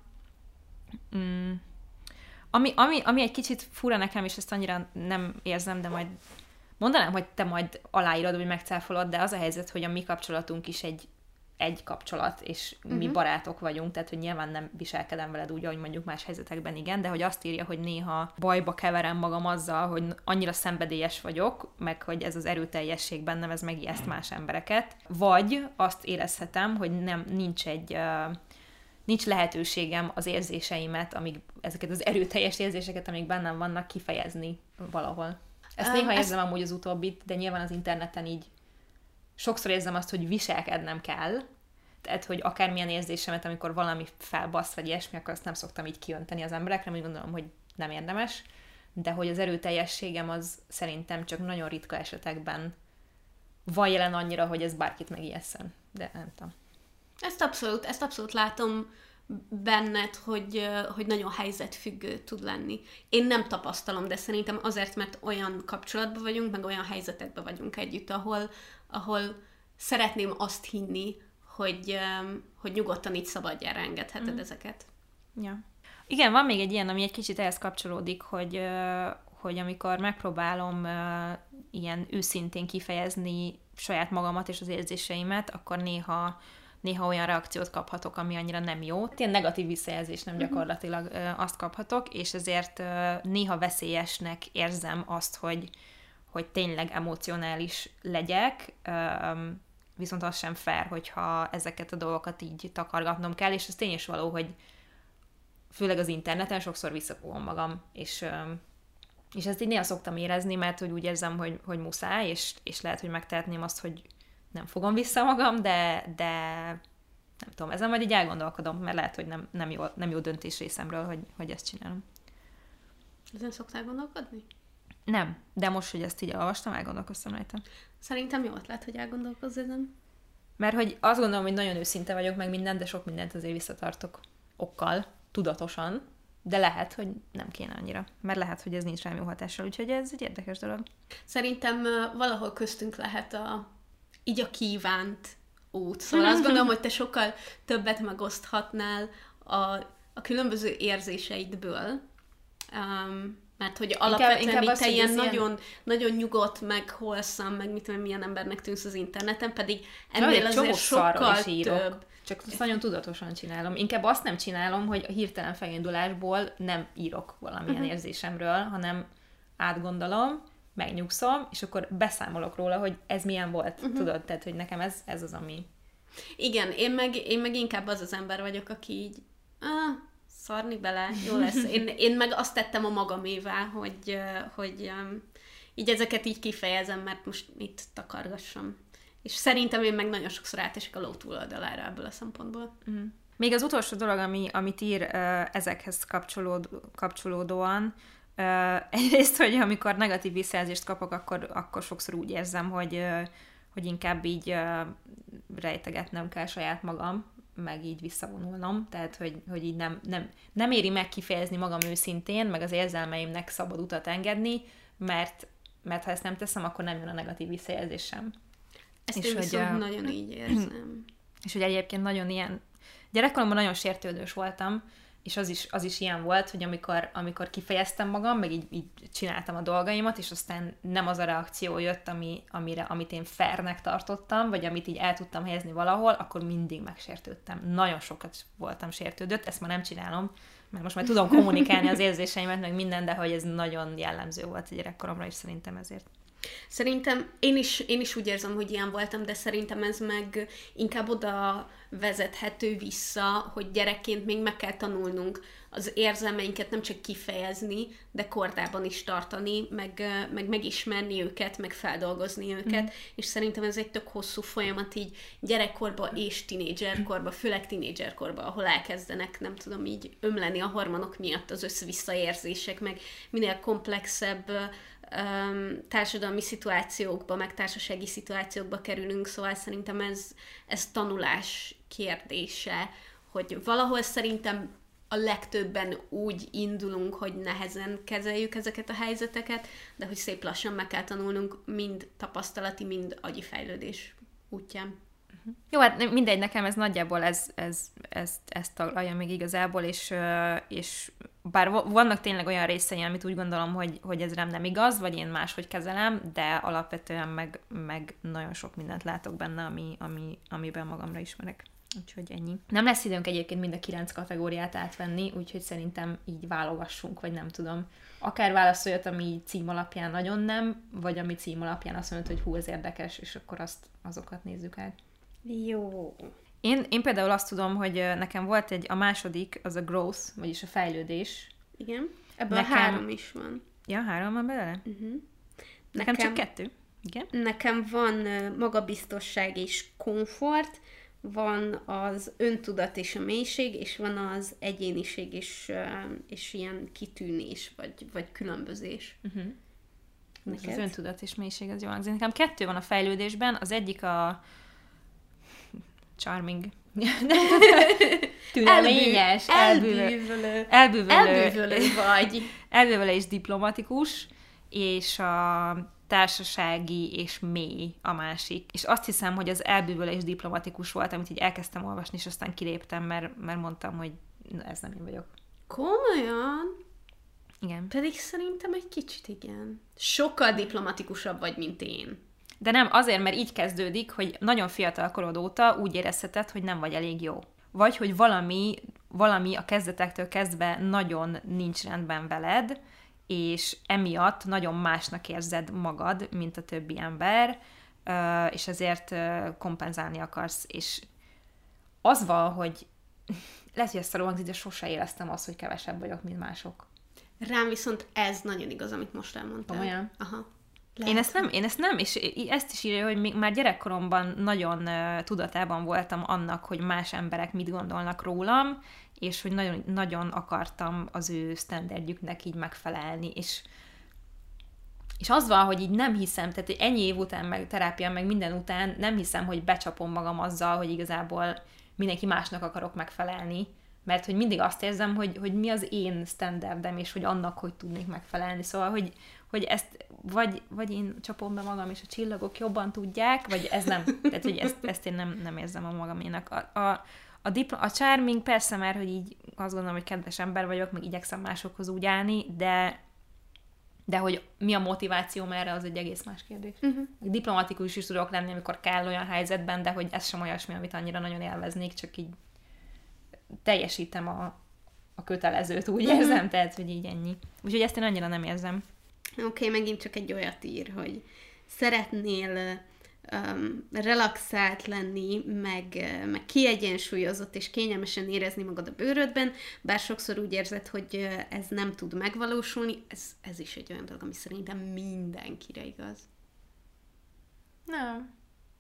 Ami egy kicsit fura nekem, és ezt annyira nem érzem, de majd mondanám, hogy te majd aláírod, vagy megcáfolod, de az a helyzet, hogy a mi kapcsolatunk is egy kapcsolat, és mi barátok vagyunk, tehát hogy nyilván nem viselkedem veled úgy, ahogy mondjuk más helyzetekben igen, de hogy azt írja, hogy néha bajba keverem magam azzal, hogy annyira szenvedélyes vagyok, meg hogy ez az erőteljesség bennem, ez megijeszt más embereket, vagy azt érezhetem, hogy nincs lehetőségem az érzéseimet, ezeket az erőteljes érzéseket, amik bennem vannak, kifejezni valahol. Ezt néha érzem amúgy az utóbbit, de nyilván az interneten így sokszor érzem azt, hogy viselkednem kell, tehát, hogy akármilyen érzésemet, amikor valami felbasz, vagy ilyesmi, akkor azt nem szoktam így kiönteni az emberekre, úgy gondolom, hogy nem érdemes, de hogy az erőteljességem az szerintem csak nagyon ritka esetekben van jelen annyira, hogy ez bárkit megijesszen, de nem tudom. Ezt abszolút látom benned, hogy nagyon helyzetfüggő tud lenni. Én nem tapasztalom, de szerintem azért, mert olyan kapcsolatban vagyunk, meg olyan helyzetekben vagyunk együtt, ahol szeretném azt hinni, hogy nyugodtan így szabadjára engedheted ezeket. Ja. Igen, van még egy ilyen, ami egy kicsit ehhez kapcsolódik, hogy amikor megpróbálom ilyen őszintén kifejezni saját magamat és az érzéseimet, akkor néha olyan reakciót kaphatok, ami annyira nem jó. Ilyen negatív visszajelzés, nem gyakorlatilag azt kaphatok, és ezért néha veszélyesnek érzem azt, hogy tényleg emocionális legyek, viszont az sem fair, hogyha ezeket a dolgokat így takargatnom kell, és ez tény is való, hogy főleg az interneten sokszor visszafogom magam, és ezt így néha szoktam érezni, mert hogy úgy érzem, hogy muszáj, és lehet, hogy megtehetném azt, hogy nem fogom vissza magam, de Nem tudom, ezen majd így elgondolkodom, mert lehet, hogy nem jó döntés részemről, hogy ezt csinálom. Ezen szoktál gondolkodni? Nem, de most, hogy ezt így olvastam, elgondolkoztam rajta. Szerintem jó ötlet, hogy elgondolkozz ezen. Mert hogy azt gondolom, hogy nagyon őszinte vagyok meg minden, de sok mindent azért visszatartok okkal, tudatosan, de lehet, hogy nem kéne annyira. Mert lehet, hogy ez nincs rám jó hatással, úgyhogy ez egy érdekes dolog. Szerintem valahol köztünk lehet így a kívánt út. Szóval azt gondolom, hogy te sokkal többet megoszthatnál a különböző érzéseidből, mert hogy alapvetően te ilyen nagyon nyugodt, meg holszam, meg mit tudom, milyen embernek tűnsz az interneten, pedig ennél azért sokkal több. Csak ezt nagyon tudatosan csinálom. Inkább azt nem csinálom, hogy a hirtelen felindulásból nem írok valamilyen érzésemről, hanem átgondolom, megnyugszom, és akkor beszámolok róla, hogy ez milyen volt. Tudod, tehát, hogy nekem ez az, ami... Igen, én meg inkább az ember vagyok, aki így szarni bele, jó lesz. Én meg azt tettem a magamévá, hogy így ezeket így kifejezem, mert most itt takargassam. És szerintem én meg nagyon sokszor átesek a ló túloldalára ebből a szempontból. Még az utolsó dolog, amit ír ezekhez kapcsolódóan, egyrészt, hogy amikor negatív visszajelzést kapok, akkor sokszor úgy érzem, hogy inkább így rejtegetnem kell saját magam, meg így visszavonulnom, tehát, hogy így nem éri meg kifejezni magam őszintén, meg az érzelmeimnek szabad utat engedni, mert ha ezt nem teszem, akkor nem jön a negatív visszajelzés sem. Ezt én viszont nagyon így érzem. És hogy egyébként nagyon ilyen, gyerekkoromban nagyon sértődős voltam, és az is ilyen volt, hogy amikor kifejeztem magam, meg így csináltam a dolgaimat, és aztán nem az a reakció jött, amit én fairnek tartottam, vagy amit így el tudtam helyezni valahol, akkor mindig megsértődtem. Nagyon sokat voltam sértődött, ezt már nem csinálom, mert most már tudom kommunikálni az érzéseimet, meg minden, de hogy ez nagyon jellemző volt a gyerekkoromra, és szerintem ezért. Szerintem én is úgy érzem, hogy ilyen voltam, de szerintem ez meg inkább oda vezethető vissza, hogy gyerekként még meg kell tanulnunk az érzelmeinket nem csak kifejezni, de kordában is tartani, meg megismerni őket, meg feldolgozni őket, és szerintem ez egy tök hosszú folyamat így gyerekkorba és tinédzserkorba, főleg tinédzserkorba, ahol elkezdenek, nem tudom, így ömleni a hormonok miatt az össze-vissza érzések, meg minél komplexebb társadalmi szituációkba, meg társasági szituációkba kerülünk, szóval szerintem ez tanulás kérdése, hogy valahol szerintem a legtöbben úgy indulunk, hogy nehezen kezeljük ezeket a helyzeteket, de hogy szép lassan meg kell tanulnunk mind tapasztalati, mind agyi fejlődés útján. Jó, hát mindegy, nekem ez nagyjából ezt taglalja még igazából, és bár vannak tényleg olyan részei, amit úgy gondolom, hogy ez nem igaz, vagy én máshogy kezelem, de alapvetően meg nagyon sok mindent látok benne, amiben magamra ismerek. Úgyhogy ennyi. Nem lesz időnk egyébként mind a 9 kategóriát átvenni, úgyhogy szerintem így válogassunk, vagy nem tudom. Akár válaszolj olyat, ami cím alapján nagyon nem, vagy ami cím alapján azt mondod, hogy hú, ez érdekes, és akkor azokat nézzük át. Jó. Én például azt tudom, hogy nekem volt a második, az a growth, vagyis a fejlődés. Igen. Ebből 3 is van. Ja, 3 van belőle? Nekem csak 2. Igen. Nekem van magabiztosság és komfort, van az öntudat és a mélység, és van az egyéniség és ilyen kitűnés, vagy különbözés. Az öntudat és mélység, az jó hangzik. Nekem 2 van a fejlődésben, az egyik a charming. Tüneményes, elbűvölő vagy. Elbűvölő és diplomatikus, és a társasági és mély a másik. És azt hiszem, hogy az elbűvölő és diplomatikus volt, amit így elkezdtem olvasni, és aztán kiléptem, mert mondtam, hogy ez nem én vagyok. Komolyan? Igen. Pedig szerintem egy kicsit igen. Sokkal diplomatikusabb vagy, mint én. De nem, azért, mert így kezdődik, hogy nagyon fiatal korod óta úgy érezheted, hogy nem vagy elég jó. Vagy, hogy valami a kezdetektől kezdve nagyon nincs rendben veled, és emiatt nagyon másnak érzed magad, mint a többi ember, és ezért kompenzálni akarsz. És az van, hogy lehet, hogy ezt szarul hangzik, de sose éreztem azt, hogy kevesebb vagyok, mint mások. Rám viszont ez nagyon igaz, amit most elmondtál. Olyan? Aha. Én ezt nem, és ezt is írja, hogy még már gyerekkoromban nagyon tudatában voltam annak, hogy más emberek mit gondolnak rólam, és hogy nagyon, nagyon akartam az ő sztenderdjüknek így megfelelni, és az van, hogy így nem hiszem, tehát hogy ennyi év után, meg terápia, meg minden után nem hiszem, hogy becsapom magam azzal, hogy igazából mindenki másnak akarok megfelelni, mert hogy mindig azt érzem, hogy mi az én standardem, és hogy annak, hogy tudnék megfelelni. Szóval, hogy ezt vagy én csapom be magam, és a csillagok jobban tudják, vagy ez nem. Tehát, hogy ezt én nem érzem a magaménak. A charming persze már, hogy így azt gondolom, hogy kedves ember vagyok, meg igyekszem másokhoz úgy állni, de hogy mi a motivációm erre, az egy egész más kérdés. Diplomatikus is tudok lenni, amikor kell olyan helyzetben, de hogy ez sem olyasmi, amit annyira nagyon élveznék, csak így teljesítem a kötelezőt, úgy érzem, tehát, hogy így ennyi. Úgyhogy ezt én annyira nem érzem. Oké, megint csak egy olyat ír, hogy szeretnél relaxált lenni, meg kiegyensúlyozott és kényelmesen érezni magad a bőrödben, bár sokszor úgy érzed, hogy ez nem tud megvalósulni, ez is egy olyan dolog, ami szerintem mindenkire igaz. Nem.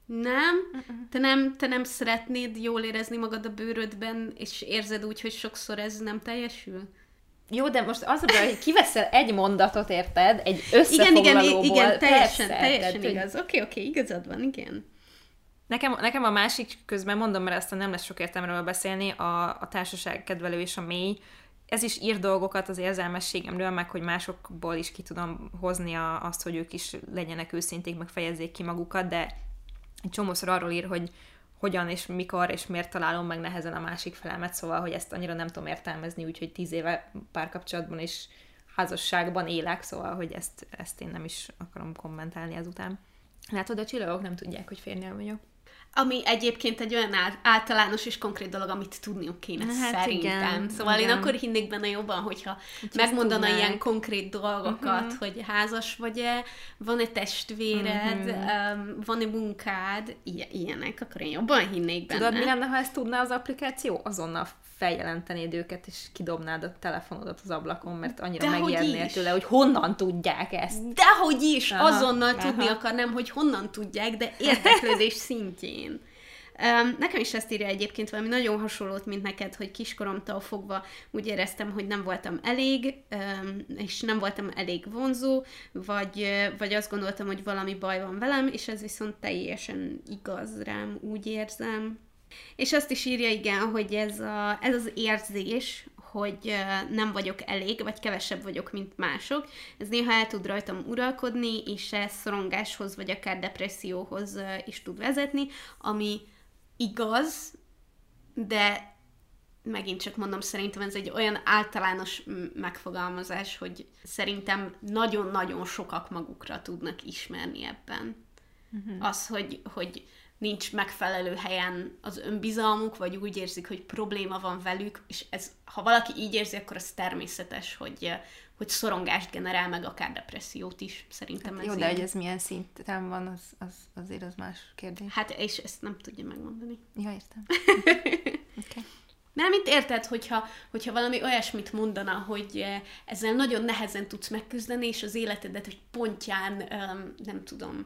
Nem? Te nem szeretnéd jól érezni magad a bőrödben, és érzed úgy, hogy sokszor ez nem teljesül? Jó, de most az a baj, hogy kiveszel egy mondatot, érted? Egy összefoglalóból. Igen, teljesen igaz. Oké, igazad van, igen. Nekem a másik, közben mondom, mert aztán nem lesz sok értelmről beszélni, a társaság kedvelő és a mély. Ez is ír dolgokat az érzelmességemről, meg hogy másokból is ki tudom hozni azt, hogy ők is legyenek őszinték, meg fejezzék ki magukat, de egy csomószor arról ír, hogy hogyan és mikor és miért találom meg nehezen a másik felemet, szóval, hogy ezt annyira nem tudom értelmezni, úgyhogy 10 éve párkapcsolatban és házasságban élek, szóval, hogy ezt én nem is akarom kommentálni ezután. Látod, a csillagok nem tudják, hogy férnél vagyok. Ami egyébként egy olyan általános és konkrét dolog, amit tudniuk kéne, szerintem. Igen, szóval én akkor hinnék benne jobban, hogyha megmondana ilyen konkrét dolgokat, hogy házas vagy-e, van-e testvéred, van-e munkád, ilyenek, akkor én jobban hinnék benne. Tudod, mi lenne, ha ezt tudná az applikáció? Azonnal feljelentenéd őket, és kidobnád a telefonodat az ablakon, mert annyira megijednél tőle, hogy honnan tudják ezt. Dehogy is! Azonnal tudni akarnám, hogy honnan tudják, de érdeklődés szintjén. Nekem is ezt írja egyébként valami nagyon hasonlót, mint neked, hogy kiskoromtól fogva úgy éreztem, hogy nem voltam elég, és nem voltam elég vonzó, vagy azt gondoltam, hogy valami baj van velem, és ez viszont teljesen igaz rám, úgy érzem. És azt is írja, igen, hogy ez az érzés, hogy nem vagyok elég, vagy kevesebb vagyok, mint mások. Ez néha el tud rajtam uralkodni, és ez szorongáshoz, vagy akár depresszióhoz is tud vezetni, ami igaz, de megint csak mondom, szerintem ez egy olyan általános megfogalmazás, hogy szerintem nagyon-nagyon sokak magukra tudnak ismerni ebben. Az, hogy nincs megfelelő helyen az önbizalmuk, vagy úgy érzik, hogy probléma van velük, és ez, ha valaki így érzi, akkor az természetes, hogy szorongást generál, meg akár depressziót is, szerintem. Hát jó, de hogy ez milyen szinten van, azért az más kérdés. Hát, és ezt nem tudja megmondani. Ja, értem. Okay. Nem, mint érted, hogyha valami olyasmit mondana, hogy ezzel nagyon nehezen tudsz megküzdeni, és az életedet egy pontján, nem tudom,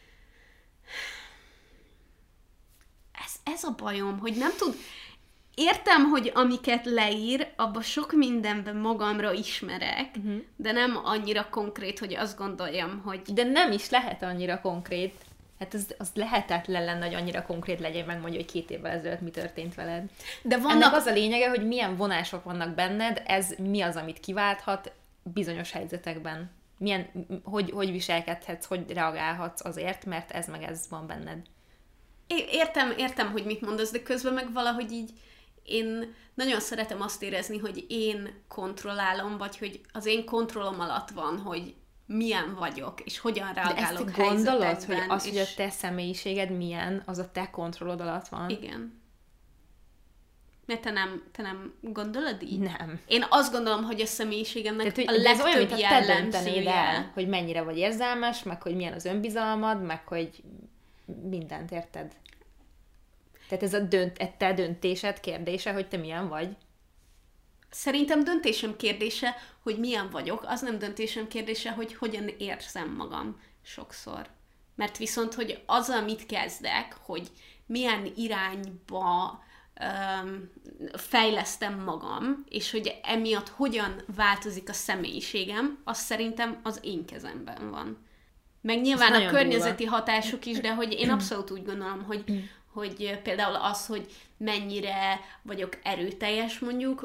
ez a bajom, hogy nem tud... Értem, hogy amiket leír, abban sok mindenben magamra ismerek, de nem annyira konkrét, hogy azt gondoljam, hogy... De nem is lehet annyira konkrét. Hát az lehetetlen lenne, hogy annyira konkrét legyen, megmondja, hogy 2 évvel ezelőtt mi történt veled. De vannak... Ennek az a lényege, hogy milyen vonások vannak benned, ez mi az, amit kiválthat bizonyos helyzetekben. Hogy viselkedhetsz, hogy reagálhatsz azért, mert ez meg ez van benned. Értem, hogy mit mondasz, de közben meg valahogy így én nagyon szeretem azt érezni, hogy én kontrollálom, vagy hogy az én kontrollom alatt van, hogy milyen vagyok, és hogyan reagálok helyzetekben. De ezt gondolod, hogy az, és... hogy a te személyiséged milyen, az a te kontrollod alatt van? Igen. Mert te nem gondolod így? Nem. én azt gondolom, hogy a személyiségemnek tehát, a legtöbb jellemzője. El, hogy mennyire vagy érzelmes, meg hogy milyen az önbizalmad, meg hogy mindent érted. Tehát ez a te döntésed kérdése, hogy te milyen vagy? Szerintem döntésem kérdése, hogy milyen vagyok, az nem döntésem kérdése, hogy hogyan érzem magam. sokszor. Mert viszont, hogy azzal mit kezdek, hogy milyen irányba fejlesztem magam, és hogy emiatt hogyan változik a személyiségem, az szerintem az én kezemben van. Meg nyilván a környezeti hatások is, de hogy én abszolút úgy gondolom, hogy például az, hogy mennyire vagyok erőteljes mondjuk,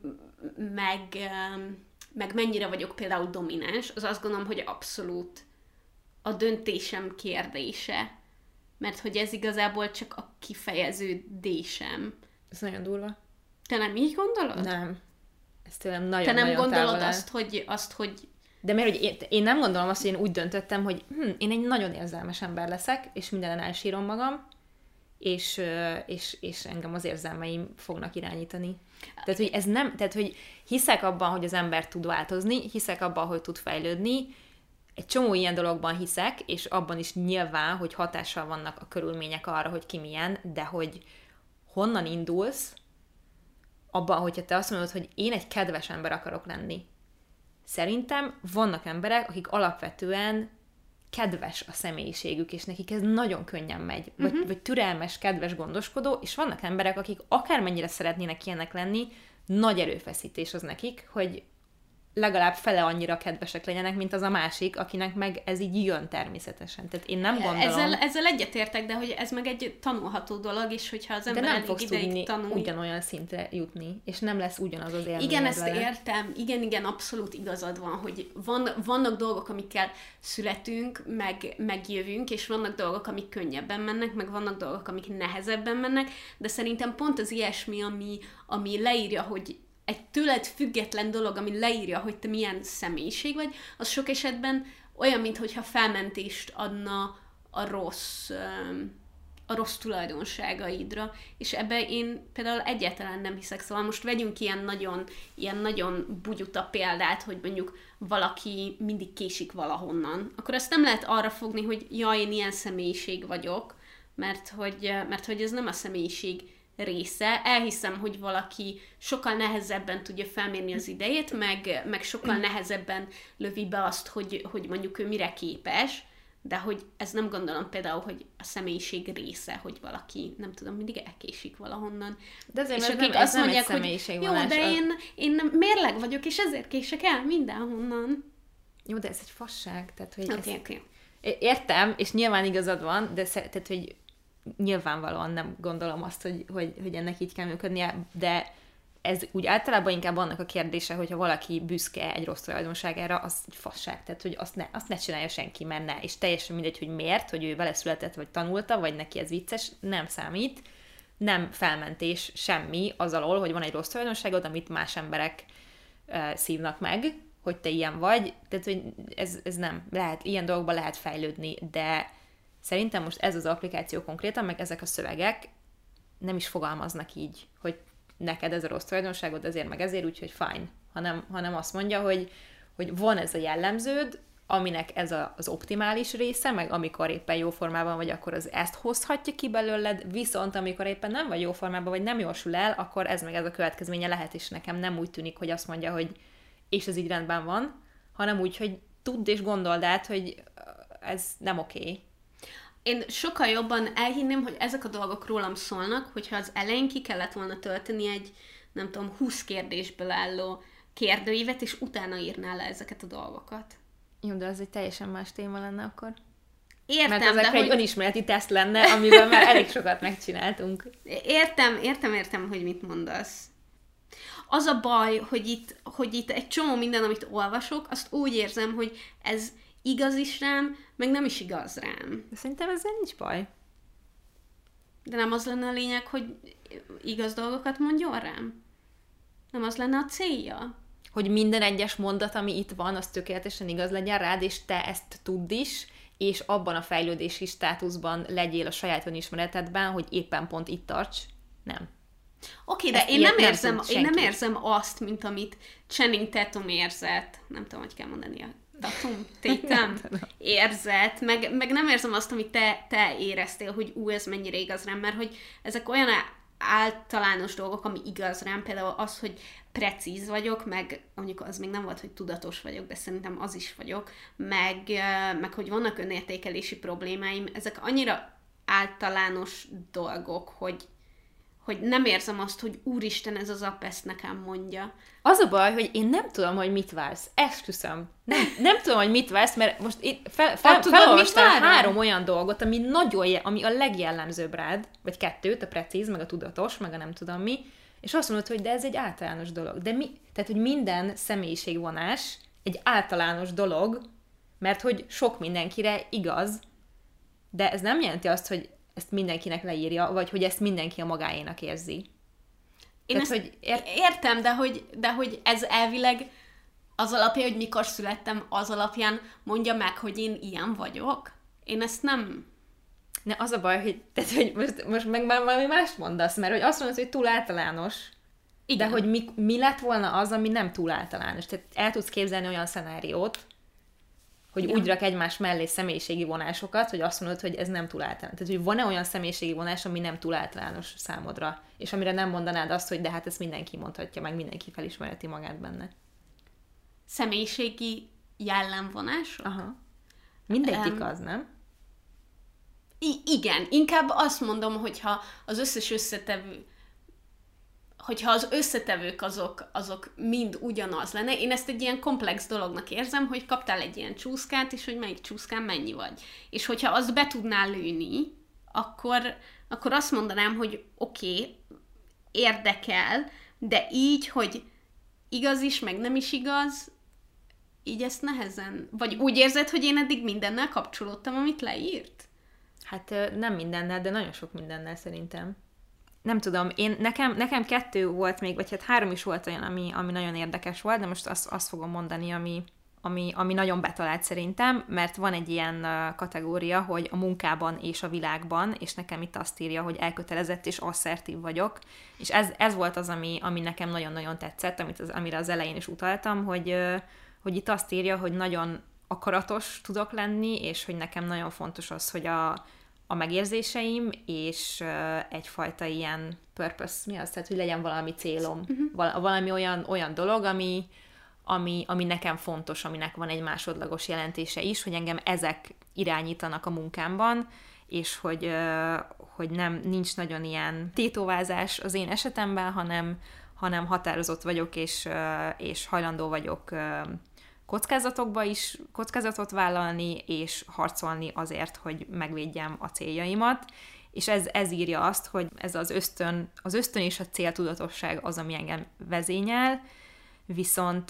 meg mennyire vagyok például domináns, az azt gondolom, hogy abszolút a döntésem kérdése. Mert hogy ez igazából csak a kifejeződésem. Ez nagyon durva. Te nem így gondolod? Nem. Ez tőlem nagyon. Te nem gondolod azt, hogy... De miért, hogy én nem gondolom azt, hogy én úgy döntöttem, hogy én egy nagyon érzelmes ember leszek, és mindenen elsírom magam, és engem az érzelmeim fognak irányítani. Tehát, hogy ez nem, tehát, hogy hiszek abban, hogy az ember tud változni, hiszek abban, hogy tud fejlődni, egy csomó ilyen dologban hiszek, és abban is nyilván, hogy hatással vannak a körülmények arra, hogy ki milyen, de hogy honnan indulsz, abban, hogyha te azt mondod, hogy én egy kedves ember akarok lenni. Szerintem vannak emberek, akik alapvetően kedves a személyiségük, és nekik ez nagyon könnyen megy. Vagy türelmes, kedves, gondoskodó, és vannak emberek, akik akármennyire szeretnének ilyenek lenni, nagy erőfeszítés az nekik, hogy legalább fele annyira kedvesek legyenek, mint az a másik, akinek meg ez így jön természetesen. Tehát én nem gondolom... Ezzel egyetértek, de hogy ez meg egy tanulható dolog, és hogyha az ember elég ideig tanul... ugyanolyan szintre jutni, és nem lesz ugyanaz az élmény. Igen, ezt értem. Igen, abszolút igazad van, hogy vannak dolgok, amikkel születünk, megjövünk, és vannak dolgok, amik könnyebben mennek, meg vannak dolgok, amik nehezebben mennek, de szerintem pont az ilyesmi, ami leírja, hogy egy tőled független dolog, ami leírja, hogy te milyen személyiség vagy, az sok esetben olyan, mintha felmentést adna a rossz tulajdonságaidra, és ebbe én például egyáltalán nem hiszek. Szóval most vegyünk ilyen nagyon bugyuta példát, hogy mondjuk valaki mindig késik valahonnan. Akkor azt nem lehet arra fogni, hogy jaj, én ilyen személyiség vagyok, mert hogy ez nem a személyiség része. Elhiszem, hogy valaki sokkal nehezebben tudja felmérni az idejét, meg sokkal nehezebben lövi be azt, hogy mondjuk ő mire képes, de hogy ez nem gondolom például, hogy a személyiség része, hogy valaki, nem tudom, mindig elkésik valahonnan. De azért és akik azt mondják, hogy jó, de én mérleg vagyok, és ezért kések el mindenhonnan. Jó, de ez egy fasság. Tehát, hogy Okay. Értem, és nyilván igazad van, de tehát, hogy nyilvánvalóan nem gondolom azt, hogy ennek így kell működnie, de ez úgy általában inkább annak a kérdése, hogyha valaki büszke egy rossz tulajdonságára, az egy fasság, tehát hogy azt ne csinálja senki, mert ne, és teljesen mindegy, hogy miért, hogy ő vele született, vagy tanulta, vagy neki ez vicces, nem számít, nem felmentés semmi az alól, hogy van egy rossz tulajdonságod, amit más emberek szívnak meg, hogy te ilyen vagy, tehát hogy ez nem, lehet, ilyen dolgokban lehet fejlődni, de szerintem most ez az applikáció konkrétan, meg ezek a szövegek nem is fogalmaznak így, hogy neked ez a rossz tulajdonságod, ezért meg ezért, úgyhogy fine. Hanem azt mondja, hogy van ez a jellemződ, aminek ez az optimális része, meg amikor éppen jó formában vagy, akkor az ezt hozhatja ki belőled, viszont amikor éppen nem vagy jó formában, vagy nem jósul el, akkor ez meg ez a következménye lehet, és nekem nem úgy tűnik, hogy azt mondja, hogy és ez így rendben van, hanem úgy, hogy tudd és gondold át, hogy ez nem oké. Én sokkal jobban elhinném, hogy ezek a dolgok rólam szólnak, hogyha az elején ki kellett volna tölteni egy, nem tudom, 20 kérdésből álló kérdőívet, és utána írnál le ezeket a dolgokat. Jó, de ez egy teljesen más téma lenne akkor. Értem, mert ezekre egy önismereti teszt lenne, amiben már elég sokat megcsináltunk. Értem, hogy mit mondasz. Az a baj, hogy itt egy csomó minden, amit olvasok, azt úgy érzem, hogy ez igaz is rám, meg nem is igaz rám. De szerintem ezzel nincs baj. De nem az lenne a lényeg, hogy igaz dolgokat mondjon rám? Nem az lenne a célja? Hogy minden egyes mondat, ami itt van, az tökéletesen igaz legyen rád, és te ezt tudd is, és abban a fejlődési státuszban legyél a saját önismeretedben, hogy éppen pont itt tarts. Nem. Oké, de én nem érzem azt, mint amit Channing Tatum érzett. Nem tudom, hogy kell mondani a Tatum érzett, meg nem érzem azt, amit te éreztél, hogy ez mennyire igaz rám, mert hogy ezek olyan általános dolgok, ami igaz rám, például az, hogy precíz vagyok, meg mondjuk az még nem volt, hogy tudatos vagyok, de szerintem az is vagyok, meg hogy vannak önértékelési problémáim, ezek annyira általános dolgok, hogy nem érzem azt, hogy úristen, ez az app ezt nekem mondja. Az a baj, hogy én nem tudom, hogy mit vársz. Esküszöm. Nem tudom, hogy mit vársz, mert most itt felolvastál 3 olyan dolgot, ami a legjellemzőbb rád, vagy 2, a precíz, meg a tudatos, meg a nem tudom mi, és azt mondod, hogy de ez egy általános dolog. De mi? Tehát, hogy minden személyiségvonás egy általános dolog, mert hogy sok mindenkire igaz, de ez nem jelenti azt, hogy ezt mindenkinek leírja, vagy hogy ezt mindenki a magáénak érzi. Én ezt hogy értem, de hogy ez elvileg az alapján, hogy mikor születtem, az alapján mondja meg, hogy én ilyen vagyok. Én ezt nem... Ne, az a baj, hogy most meg már valami mást mondasz, mert hogy azt mondod, hogy túl általános, igen. De hogy mi lett volna az, ami nem túl általános. Tehát el tudsz képzelni olyan szenáriót, hogy igen. Úgy rak egymás mellé személyiségi vonásokat, hogy azt mondod, hogy ez nem túl általános. Tehát, hogy van-e olyan személyiségi vonás, ami nem túl általános számodra, és amire nem mondanád azt, hogy de hát ezt mindenki mondhatja, meg mindenki felismerheti magát benne. Személyiségi jellemvonások? Aha. Mindegyik az, nem? Igen, inkább azt mondom, hogyha az összetevők azok mind ugyanaz lenne. Én ezt egy ilyen komplex dolognak érzem, hogy kaptál egy ilyen csúszkát, és hogy melyik csúszkán mennyi vagy. És hogyha azt be tudnál lőni, akkor azt mondanám, hogy oké, érdekel, de így, hogy igaz is, meg nem is igaz, így ezt nehezen... Vagy úgy érzed, hogy én eddig mindennel kapcsolódtam, amit leírt? Hát nem mindennel, de nagyon sok mindennel szerintem. Nem tudom, nekem 2 volt még, vagy hát 3 is volt olyan, ami nagyon érdekes volt, de most azt fogom mondani, ami nagyon betalált szerintem, mert van egy ilyen kategória, hogy a munkában és a világban, és nekem itt azt írja, hogy elkötelezett és asszertív vagyok, és ez volt az, ami nekem nagyon-nagyon tetszett, amire az elején is utaltam, hogy itt azt írja, hogy nagyon akaratos tudok lenni, és hogy nekem nagyon fontos az, hogy a megérzéseim, és egyfajta ilyen purpose, mi az? Tehát, hogy legyen valami célom. Valami olyan dolog, ami nekem fontos, aminek van egy másodlagos jelentése is, hogy engem ezek irányítanak a munkámban, és hogy nincs nagyon ilyen tétovázás az én esetemben, hanem határozott vagyok, és hajlandó vagyok kockázatot vállalni, és harcolni azért, hogy megvédjem a céljaimat, és ez írja azt, hogy ez az ösztön és a céltudatosság az, ami engem vezényel, viszont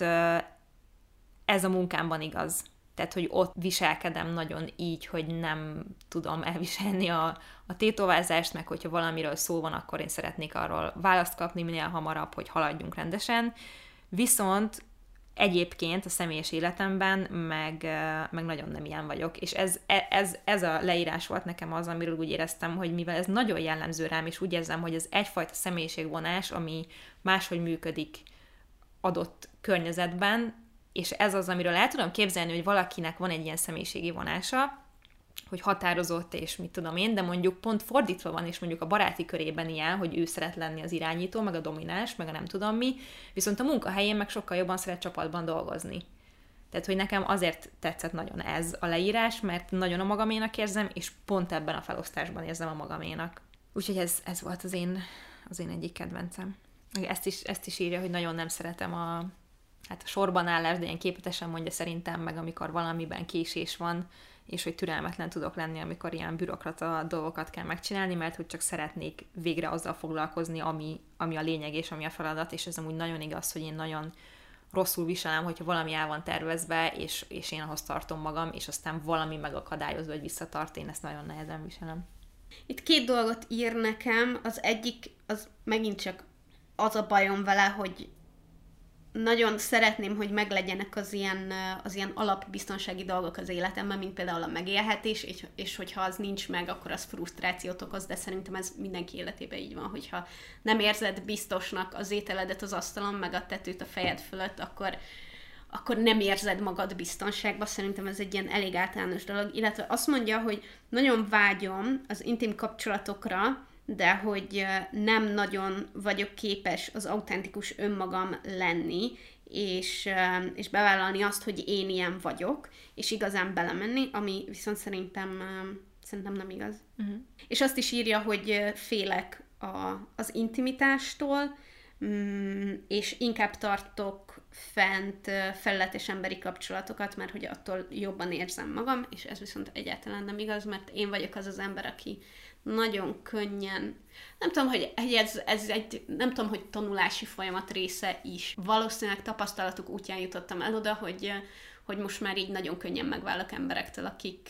ez a munkámban igaz. Tehát, hogy ott viselkedem nagyon így, hogy nem tudom elviselni a tétovázást, meg hogyha valamiről szó van, akkor én szeretnék arról választ kapni minél hamarabb, hogy haladjunk rendesen. Viszont egyébként a személyes életemben meg nagyon nem ilyen vagyok, és ez a leírás volt nekem az, amiről úgy éreztem, hogy mivel ez nagyon jellemző rám, és úgy érzem, hogy ez egyfajta személyiségvonás, ami máshogy működik adott környezetben, és ez az, amiről el tudom képzelni, hogy valakinek van egy ilyen személyiségi vonása, hogy határozott, és mit tudom én, de mondjuk pont fordítva van, és mondjuk a baráti körében ilyen, hogy ő szeret lenni az irányító, meg a domináns, meg a nem tudom mi, viszont a munkahelyén meg sokkal jobban szeret csapatban dolgozni. Tehát, hogy nekem azért tetszett nagyon ez a leírás, mert nagyon a magaménak érzem, és pont ebben a felosztásban érzem a magaménak. Úgyhogy ez volt az én egyik kedvencem. Ezt is írja, hogy nagyon nem szeretem a sorban állás, de ilyen képletesen mondja szerintem, meg amikor valamiben késés van, és hogy türelmetlen tudok lenni, amikor ilyen bürokrata dolgokat kell megcsinálni, mert hogy csak szeretnék végre azzal foglalkozni, ami a lényeg és ami a feladat, és ez amúgy nagyon igaz, hogy én nagyon rosszul viselem, hogyha valami el van tervezve, és én ahhoz tartom magam, és aztán valami megakadályoz, vagy visszatart, én ezt nagyon nehezen viselem. Itt 2 dolgot ír nekem, az egyik, az megint csak az a bajom vele, hogy nagyon szeretném, hogy meglegyenek az ilyen alapbiztonsági dolgok az életemben, mint például a megélhetés, és hogyha az nincs meg, akkor az frusztrációt okoz, de szerintem ez mindenki életében így van, hogyha nem érzed biztosnak az ételedet az asztalon, meg a tetőt a fejed fölött, akkor nem érzed magad biztonságban. Szerintem ez egy ilyen elég általános dolog, illetve azt mondja, hogy nagyon vágyom az intim kapcsolatokra, de hogy nem nagyon vagyok képes az autentikus önmagam lenni, és bevállalni azt, hogy én ilyen vagyok, és igazán belemenni, ami viszont szerintem nem igaz. És azt is írja, hogy félek az intimitástól, és inkább tartok fent felületes emberi kapcsolatokat, mert hogy attól jobban érzem magam, és ez viszont egyáltalán nem igaz, mert én vagyok az ember, aki nagyon könnyen, nem tudom, hogy ez egy, nem tudom, hogy tanulási folyamat része is. Valószínűleg tapasztalatok útján jutottam el oda, hogy most már így nagyon könnyen megválok emberektől,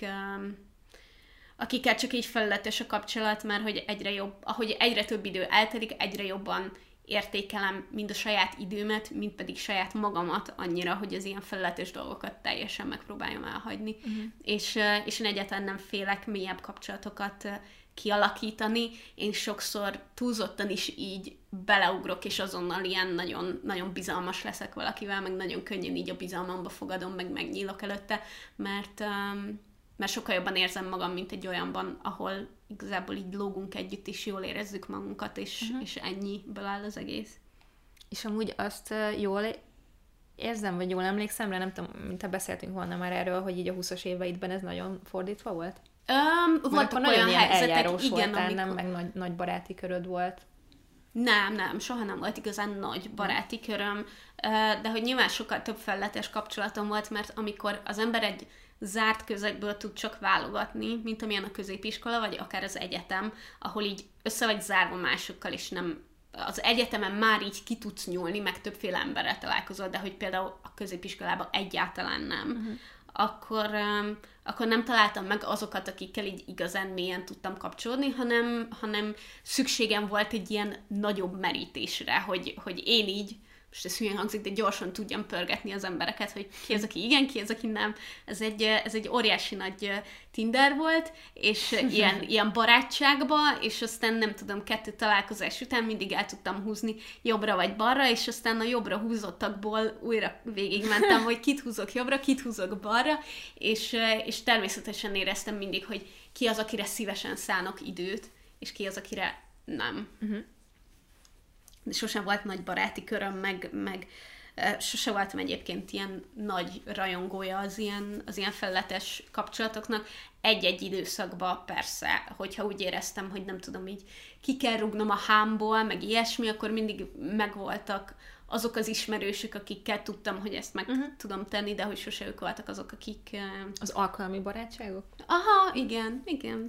akikkel csak így felületes a kapcsolat, mert hogy ahogy egyre több idő eltelik, egyre jobban értékelem mind a saját időmet, mind pedig saját magamat annyira, hogy az ilyen felületes dolgokat teljesen megpróbáljam elhagyni. És én egyáltalán nem félek mélyebb kapcsolatokat kialakítani. Én sokszor túlzottan is így beleugrok, és azonnal ilyen nagyon, nagyon bizalmas leszek valakivel, meg nagyon könnyen így a bizalmamba fogadom, meg megnyílok előtte, mert sokkal jobban érzem magam, mint egy olyanban, ahol igazából így lógunk együtt, és jól érezzük magunkat, és ennyiből áll az egész. És amúgy azt jól érzem, vagy jól emlékszem rá, nem tudom, mint beszéltünk volna már erről, hogy így a 20-as éveidben ez nagyon fordítva volt? Voltak olyan helyzetek, igen, amikor... nem, meg nagy baráti köröd volt. Nem, soha nem volt igazán nagy baráti köröm, de hogy nyilván sokkal több felületes kapcsolatom volt, mert amikor az ember egy zárt közegből tud csak válogatni, mint amilyen a középiskola, vagy akár az egyetem, ahol így össze vagy zárva másokkal, és nem az egyetemen már így ki tudsz nyúlni, meg többféle emberrel találkozol, de hogy például a középiskolában egyáltalán nem. Akkor nem találtam meg azokat, akikkel így igazán mélyen tudtam kapcsolódni, hanem szükségem volt egy ilyen nagyobb merítésre, hogy én így, most ez hülyén hangzik, de gyorsan tudjam pörgetni az embereket, hogy ki az, aki igen, ki az, aki nem. Ez egy óriási nagy Tinder volt, és ilyen barátságba, és aztán nem tudom, 2 találkozás után mindig el tudtam húzni jobbra vagy balra, és aztán a jobbra húzottakból újra végigmentem, hogy kit húzok jobbra, kit húzok balra, és természetesen éreztem mindig, hogy ki az, akire szívesen szánok időt, és ki az, akire nem. De sosem volt nagy baráti köröm, meg sose voltam egyébként ilyen nagy rajongója az ilyen felületes kapcsolatoknak. Egy-egy időszakban persze, hogyha úgy éreztem, hogy nem tudom, így ki kell rúgnom a hámból, meg ilyesmi, akkor mindig megvoltak azok az ismerősök, akikkel tudtam, hogy ezt meg tudom tenni, de hogy sose ők voltak azok, akik... Az alkalmi barátságok? Aha, igen.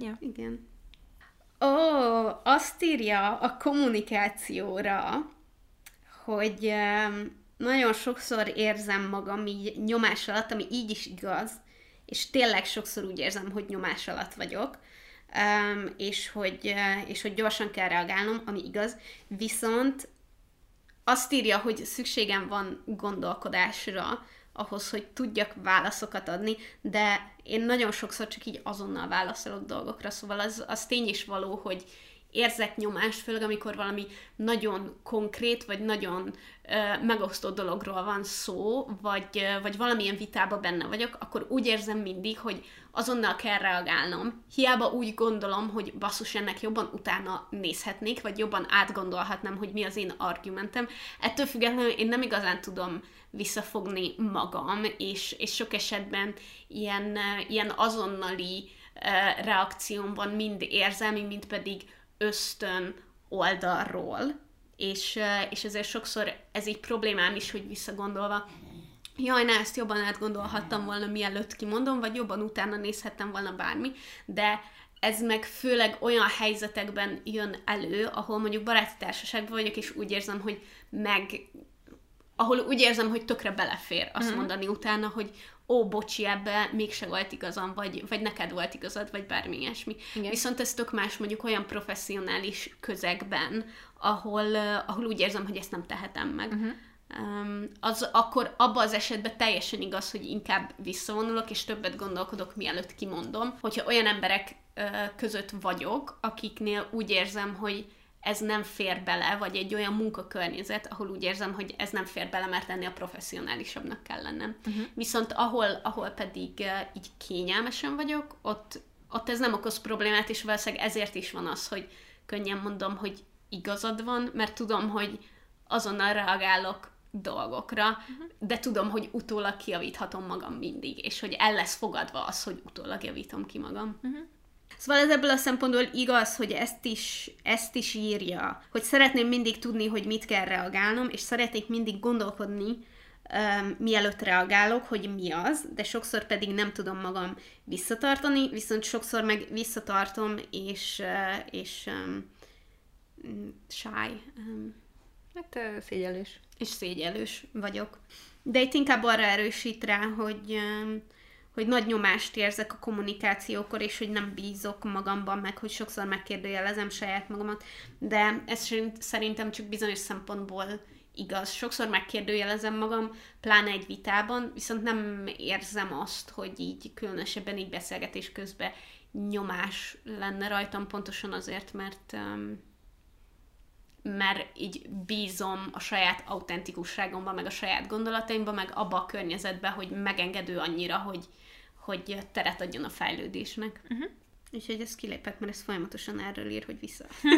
Azt írja a kommunikációra, hogy nagyon sokszor érzem magam így nyomás alatt, ami így is igaz, és tényleg sokszor úgy érzem, hogy nyomás alatt vagyok, és hogy gyorsan kell reagálnom, ami igaz, viszont azt írja, hogy szükségem van gondolkodásra, ahhoz, hogy tudjak válaszokat adni, de én nagyon sokszor csak így azonnal válaszolok dolgokra, szóval az tény is való, hogy érzek nyomást, főleg amikor valami nagyon konkrét, vagy nagyon megosztó dologról van szó, vagy valamilyen vitában benne vagyok, akkor úgy érzem mindig, hogy azonnal kell reagálnom. Hiába úgy gondolom, hogy basszus, ennek jobban utána nézhetnék, vagy jobban átgondolhatnám, hogy mi az én argumentem. Ettől függetlenül én nem igazán tudom visszafogni magam, és sok esetben ilyen azonnali reakciómban mind érzelmi, mind pedig ösztön oldalról, és ezért sokszor ez így problémám is, hogy visszagondolva, jaj, ezt jobban átgondolhattam volna, mielőtt kimondom, vagy jobban utána nézhettem volna bármi, de ez meg főleg olyan helyzetekben jön elő, ahol mondjuk baráti társaságban vagyok, és úgy érzem, hogy ahol úgy érzem, hogy tökre belefér azt mondani utána, hogy bocsi, ebbe mégse volt igazam, vagy neked volt igazad, vagy bármi ilyesmi. Igen. Viszont ez tök más mondjuk olyan professzionális közegben, ahol úgy érzem, hogy ezt nem tehetem meg. Akkor abban az esetben teljesen igaz, hogy inkább visszavonulok, és többet gondolkodok, mielőtt kimondom. Hogyha olyan emberek között vagyok, akiknél úgy érzem, hogy ez nem fér bele, vagy egy olyan munkakörnyezet, ahol úgy érzem, hogy ez nem fér bele, mert ennél professzionálisabbnak kell lennem. Viszont ahol pedig így kényelmesen vagyok, ott ez nem okoz problémát, és valószínűleg ezért is van az, hogy könnyen mondom, hogy igazad van, mert tudom, hogy azonnal reagálok dolgokra, de tudom, hogy utólag kijavíthatom magam mindig, és hogy el lesz fogadva az, hogy utólag javítom ki magam. Szóval ez ebből a szempontból igaz, hogy ezt is írja, hogy szeretném mindig tudni, hogy mit kell reagálnom, és szeretnék mindig gondolkodni, mielőtt reagálok, hogy mi az, de sokszor pedig nem tudom magam visszatartani, viszont sokszor meg visszatartom, és shy. Hát szégyellős. És szégyellős vagyok. De itt inkább arra erősít rá, hogy nagy nyomást érzek a kommunikációkor, és hogy nem bízok magamban, meg hogy sokszor megkérdőjelezem saját magamat, de ez szerintem csak bizonyos szempontból igaz. Sokszor megkérdőjelezem magam, pláne egy vitában, viszont nem érzem azt, hogy így különösebben így beszélgetés közben nyomás lenne rajtam, pontosan azért, mert így bízom a saját autentikusságomban, meg a saját gondolataimban, meg abba a környezetben, hogy megengedő annyira, hogy teret adjon a fejlődésnek. Úgyhogy ezt kilépek, mert ez folyamatosan erről ír, hogy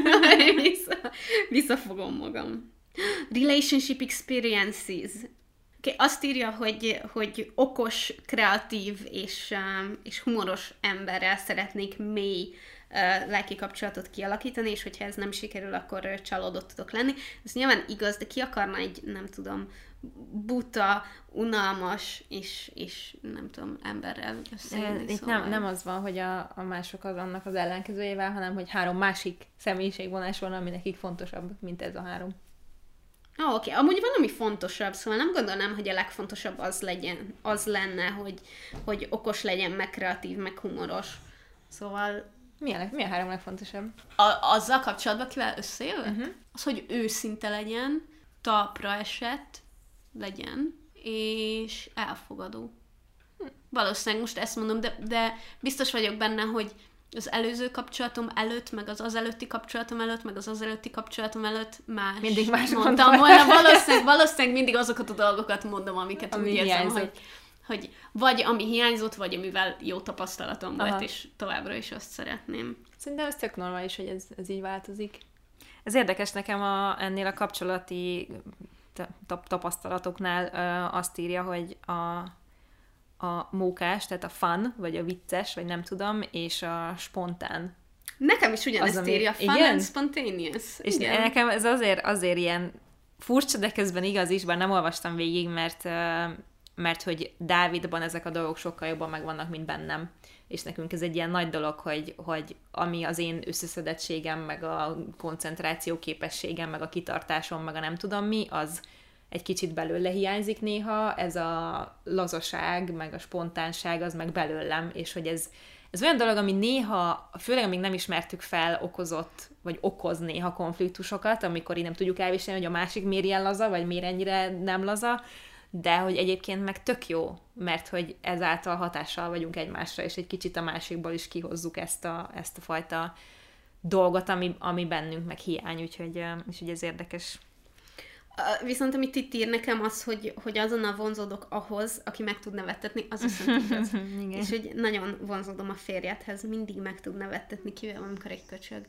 visszafogom magam. Relationship experiences. Okay, azt írja, hogy okos, kreatív és humoros emberrel szeretnék mély lelki kapcsolatot kialakítani, és hogyha ez nem sikerül, akkor csalódott tudok lenni. Ez nyilván igaz, de ki akarna egy, nem tudom, buta, unalmas és nem tudom, emberrel összejönni. Itt szóval. nem az van, hogy a mások az annak az ellenkezőjével, hanem hogy 3 másik személyiségvonás van, ami nekik fontosabb, mint ez a 3. Oké. Amúgy van, ami fontosabb, szóval nem gondolnám, hogy a legfontosabb az lenne, hogy okos legyen, meg kreatív, meg humoros. Szóval... Mi a 3 legfontosabb? Azzal kapcsolatban, kivel összejövök? Az, hogy őszinte legyen, talpra esett legyen, és elfogadó. Valószínűleg most ezt mondom, de biztos vagyok benne, hogy az előző kapcsolatom előtt, meg az előtti kapcsolatom előtt, meg az előtti kapcsolatom előtt mindig más mondtam volna. Valószínűleg mindig azokat a dolgokat mondom, amiket úgy érzem, hogy vagy ami hiányzott, vagy amivel jó tapasztalatom volt, és továbbra is azt szeretném. Szerintem ez tök normális, hogy ez így változik. Ez érdekes nekem ennél a kapcsolati tapasztalatoknál azt írja, hogy a mókás, tehát a fun, vagy a vicces, vagy nem tudom, és a spontán. Nekem is ugyanezt írja, fun and spontaneous. És nekem ez azért ilyen furcsa, de közben igaz is, bár nem olvastam végig, mert hogy Dávidban ezek a dolgok sokkal jobban megvannak, mint bennem. És nekünk ez egy ilyen nagy dolog, hogy ami az én összeszedettségem, meg a koncentráció képességem, meg a kitartásom, meg a nem tudom mi, az egy kicsit belőle hiányzik néha, ez a lazaság, meg a spontánság, az meg belőlem, és hogy ez olyan dolog, ami néha, főleg amíg nem ismertük fel, okozott, vagy okoz néha konfliktusokat, amikor így nem tudjuk elviselni, hogy a másik miért ilyen laza, vagy miért ennyire nem laza, de hogy egyébként meg tök jó, mert hogy ezáltal hatással vagyunk egymásra, és egy kicsit a másikból is kihozzuk ezt a fajta dolgot, ami bennünk meg hiány, úgyhogy ez érdekes. Viszont amit itt ír nekem az, hogy azonnal vonzódok ahhoz, aki meg tud nevettetni, az viszont igaz. És hogy nagyon vonzódom a férjedhez, mindig meg tud nevettetni, kivel amikor egy köcsög.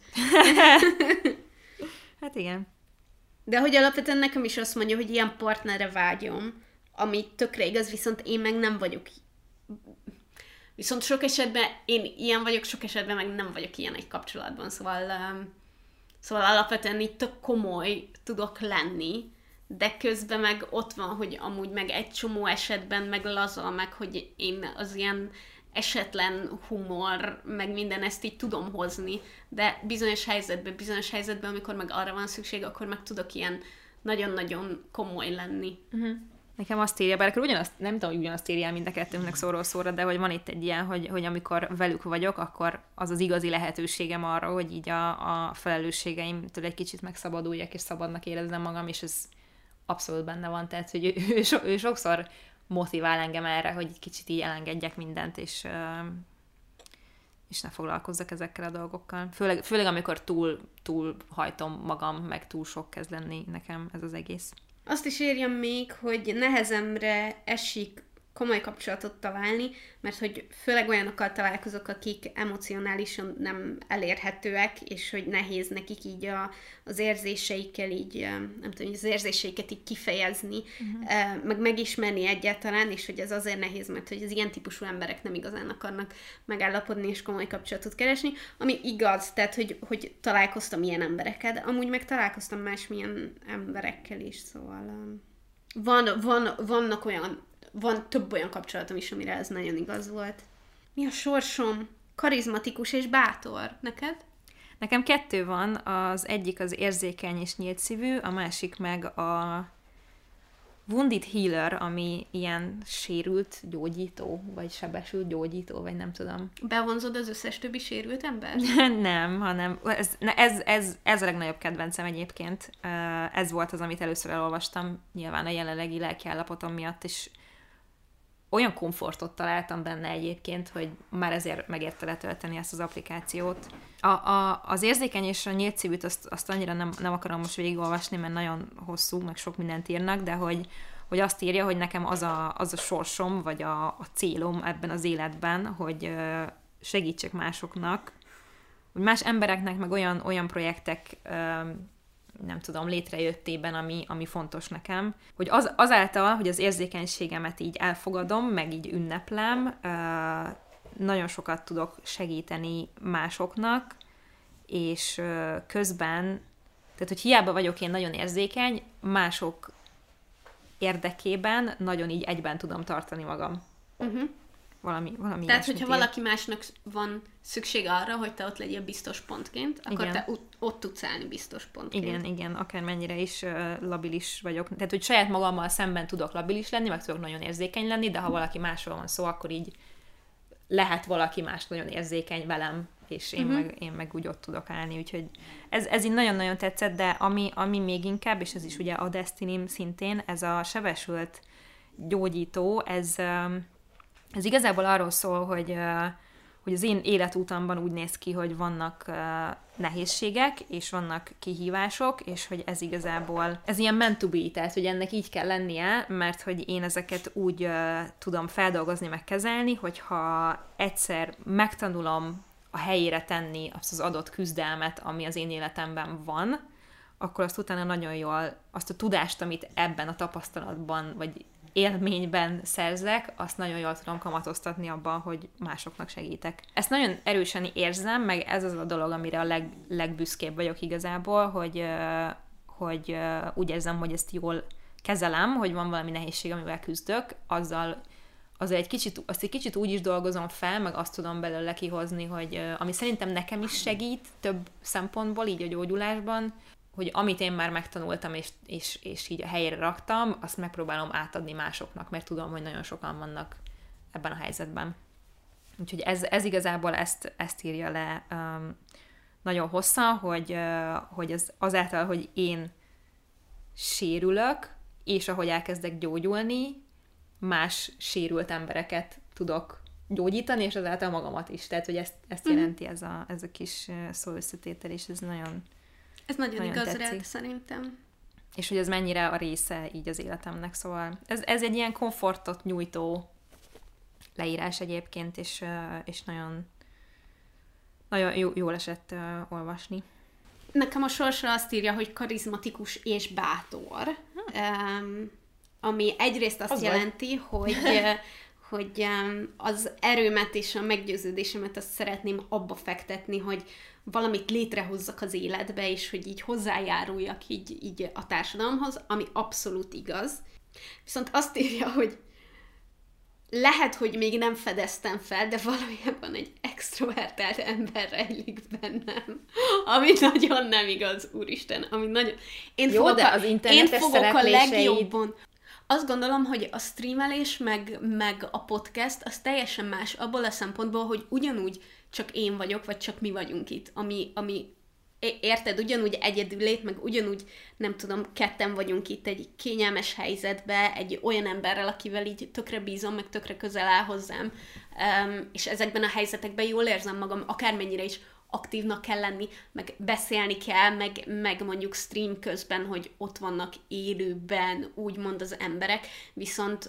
Hát igen. De hogy alapvetően nekem is azt mondja, hogy ilyen partnerre vágyom, ami tökre igaz, viszont én meg nem vagyok. Viszont sok esetben én ilyen vagyok, sok esetben meg nem vagyok ilyen egy kapcsolatban, szóval alapvetően itt tök komoly tudok lenni, de közben meg ott van, hogy amúgy meg egy csomó esetben meg laza, meg hogy én az ilyen esetlen humor, meg minden ezt így tudom hozni, de bizonyos helyzetben, amikor meg arra van szükség, akkor meg tudok ilyen nagyon-nagyon komoly lenni. Nekem azt írja, bár akkor nem tudom, hogy ugyanazt írja mind a kettőnknek szóról szóra, de hogy van itt egy ilyen, hogy amikor velük vagyok, akkor az az igazi lehetőségem arra, hogy így a felelősségeimtől egy kicsit megszabaduljak, és szabadnak érezzem magam, és ez abszolút benne van, tehát hogy ő sokszor motivál engem erre, hogy egy kicsit így elengedjek mindent, és ne foglalkozzak ezekkel a dolgokkal. Főleg amikor túl hajtom magam, meg túl sok kezd lenni nekem ez az egész. Azt is írjam még, hogy nehezemre esik komoly kapcsolatot találni, mert hogy főleg olyanokkal találkozok, akik emocionálisan nem elérhetőek, és hogy nehéz nekik így az érzéseikkel így, nem tudom, az érzéseiket így kifejezni, meg megismerni egyáltalán, és hogy ez azért nehéz, mert hogy az ilyen típusú emberek nem igazán akarnak megállapodni és komoly kapcsolatot keresni, ami igaz, tehát hogy találkoztam ilyen emberekkel, de amúgy meg találkoztam másmilyen emberekkel is, szóval van több olyan kapcsolatom is, amire ez nagyon igaz volt. Mi a sorsom? Karizmatikus és bátor. Neked? Nekem 2 van, az egyik az érzékeny és nyílt szívű, a másik meg a wounded healer, ami ilyen sérült gyógyító, vagy sebesült gyógyító, vagy nem tudom. Bevonzod az összes többi sérült ember? Nem, hanem ez a legnagyobb kedvencem egyébként. Ez volt az, amit először elolvastam, nyilván a jelenlegi lelkiállapotom miatt, és olyan komfortot találtam benne egyébként, hogy már ezért megérte letölteni ezt az applikációt. Az érzékeny és a nyílt szívűt azt annyira nem akarom most végigolvasni, mert nagyon hosszú, meg sok mindent írnak, de hogy azt írja, hogy nekem az a sorsom, vagy a célom ebben az életben, hogy segítsek másoknak, hogy más embereknek, meg olyan projektek nem tudom, létrejöttében, ami fontos nekem, hogy azáltal, hogy az érzékenységemet így elfogadom, meg így ünneplem, nagyon sokat tudok segíteni másoknak, és közben, tehát, hogy hiába vagyok én nagyon érzékeny, mások érdekében nagyon így egyben tudom tartani magam. Valami tehát, hogyha valaki másnak van szüksége arra, hogy te ott legyél biztos pontként, akkor igen. te ott tudsz állni biztos pontként. Igen, akármennyire is labilis vagyok. Tehát, hogy saját magammal szemben tudok labilis lenni, meg tudok nagyon érzékeny lenni, de ha valaki másról van szó, akkor így lehet valaki más nagyon érzékeny velem, és én meg úgy ott tudok állni. Úgyhogy ez így nagyon-nagyon tetszett, de ami még inkább, és ez is ugye a Destiny szintén, ez a sebesült gyógyító, ez igazából arról szól, hogy az én életútamban úgy néz ki, hogy vannak nehézségek, és vannak kihívások, és hogy ez igazából, ez ilyen meant to be, tehát hogy ennek így kell lennie, mert hogy én ezeket úgy tudom feldolgozni, meg kezelni, hogyha egyszer megtanulom a helyére tenni azt az adott küzdelmet, ami az én életemben van, akkor azt utána nagyon jól, azt a tudást, amit ebben a tapasztalatban, vagy élményben szerzek, azt nagyon jól tudom kamatoztatni abban, hogy másoknak segítek. Ezt nagyon erősen érzem, meg ez az a dolog, amire a legbüszkébb vagyok igazából, hogy úgy érzem, hogy ezt jól kezelem, hogy van valami nehézség, amivel küzdök, azzal egy kicsit úgy is dolgozom fel, meg azt tudom belőle kihozni, hogy ami szerintem nekem is segít több szempontból, így a gyógyulásban, hogy amit én már megtanultam, és így a helyére raktam, azt megpróbálom átadni másoknak, mert tudom, hogy nagyon sokan vannak ebben a helyzetben. Úgyhogy ez igazából ezt írja le nagyon hosszan, hogy azáltal, hogy én sérülök, és ahogy elkezdek gyógyulni, más sérült embereket tudok gyógyítani, és azáltal magamat is. Tehát, hogy ezt jelenti ez a kis szó összetétel, és ez nagyon igaz rád, szerintem. És hogy ez mennyire a része így az életemnek, szóval ez egy ilyen komfortot nyújtó leírás egyébként, és nagyon, nagyon jól esett olvasni. Nekem a sorsra azt írja, hogy karizmatikus és bátor, ami egyrészt azt jelenti, hogy az erőmet és a meggyőződésemet azt szeretném abba fektetni, hogy valamit létrehozzak az életbe, és hogy így hozzájáruljak így a társadalomhoz, ami abszolút igaz. Viszont azt írja, hogy lehet, hogy még nem fedeztem fel, de valójában egy extrovertált ember rejlik bennem, ami nagyon nem igaz, úristen, ami nagyon... Én fogok a legjobban. Azt gondolom, hogy a streamelés meg a podcast az teljesen más abból a szempontból, hogy ugyanúgy csak én vagyok, vagy csak mi vagyunk itt, ami érted, ugyanúgy egyedüllét, meg ugyanúgy, nem tudom, ketten vagyunk itt egy kényelmes helyzetbe, egy olyan emberrel, akivel így tökre bízom, meg tökre közel áll hozzám, és ezekben a helyzetekben jól érzem magam, akármennyire is aktívnak kell lenni, meg beszélni kell, meg mondjuk stream közben, hogy ott vannak élőben, úgymond az emberek, viszont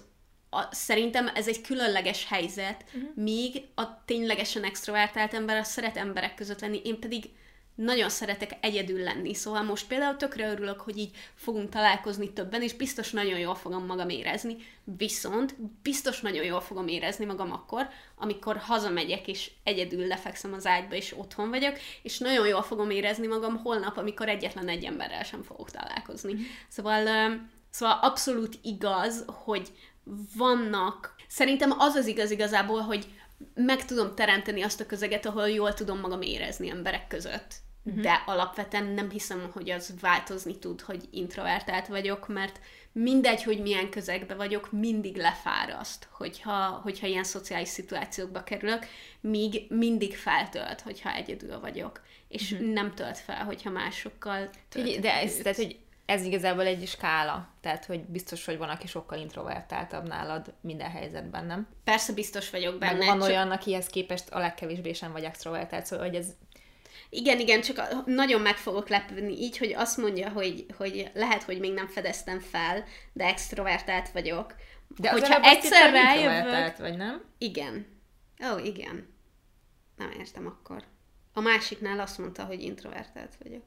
szerintem ez egy különleges helyzet, míg a ténylegesen extrovertált ember az szeret emberek között lenni, én pedig nagyon szeretek egyedül lenni, szóval most például tökre örülök, hogy így fogunk találkozni többen, és biztos nagyon jól fogom magam érezni, viszont biztos nagyon jól fogom érezni magam akkor, amikor hazamegyek, és egyedül lefekszem az ágyba, és otthon vagyok, és nagyon jól fogom érezni magam holnap, amikor egyetlen egy emberrel sem fogok találkozni. Szóval abszolút igaz, hogy vannak, szerintem az igaz igazából, hogy meg tudom teremteni azt a közeget, ahol jól tudom magam érezni emberek között. De alapvetően nem hiszem, hogy az változni tud, hogy introvertált vagyok, mindegy, hogy milyen közegben vagyok, mindig lefáraszt, hogyha ilyen szociális szituációkba kerülök, míg mindig feltölt, hogyha egyedül vagyok. És nem tölt fel, hogyha másokkal töltök. De tehát, hogy ez igazából egy skála. Tehát, hogy biztos, hogy van, aki sokkal introvertáltabb nálad minden helyzetben, nem? Persze biztos vagyok benne. Meg van olyan, akihez képest a legkevésbé sem vagy extrovertált, szóval, hogy ez... Igen, csak nagyon meg fogok lepődni így, hogy azt mondja, hogy lehet, hogy még nem fedeztem fel, de extrovertált vagyok. De hogyha egyszer rájövök... vagy, nem? Igen. Igen. Nem értem akkor. A másiknál azt mondta, hogy introvertált vagyok.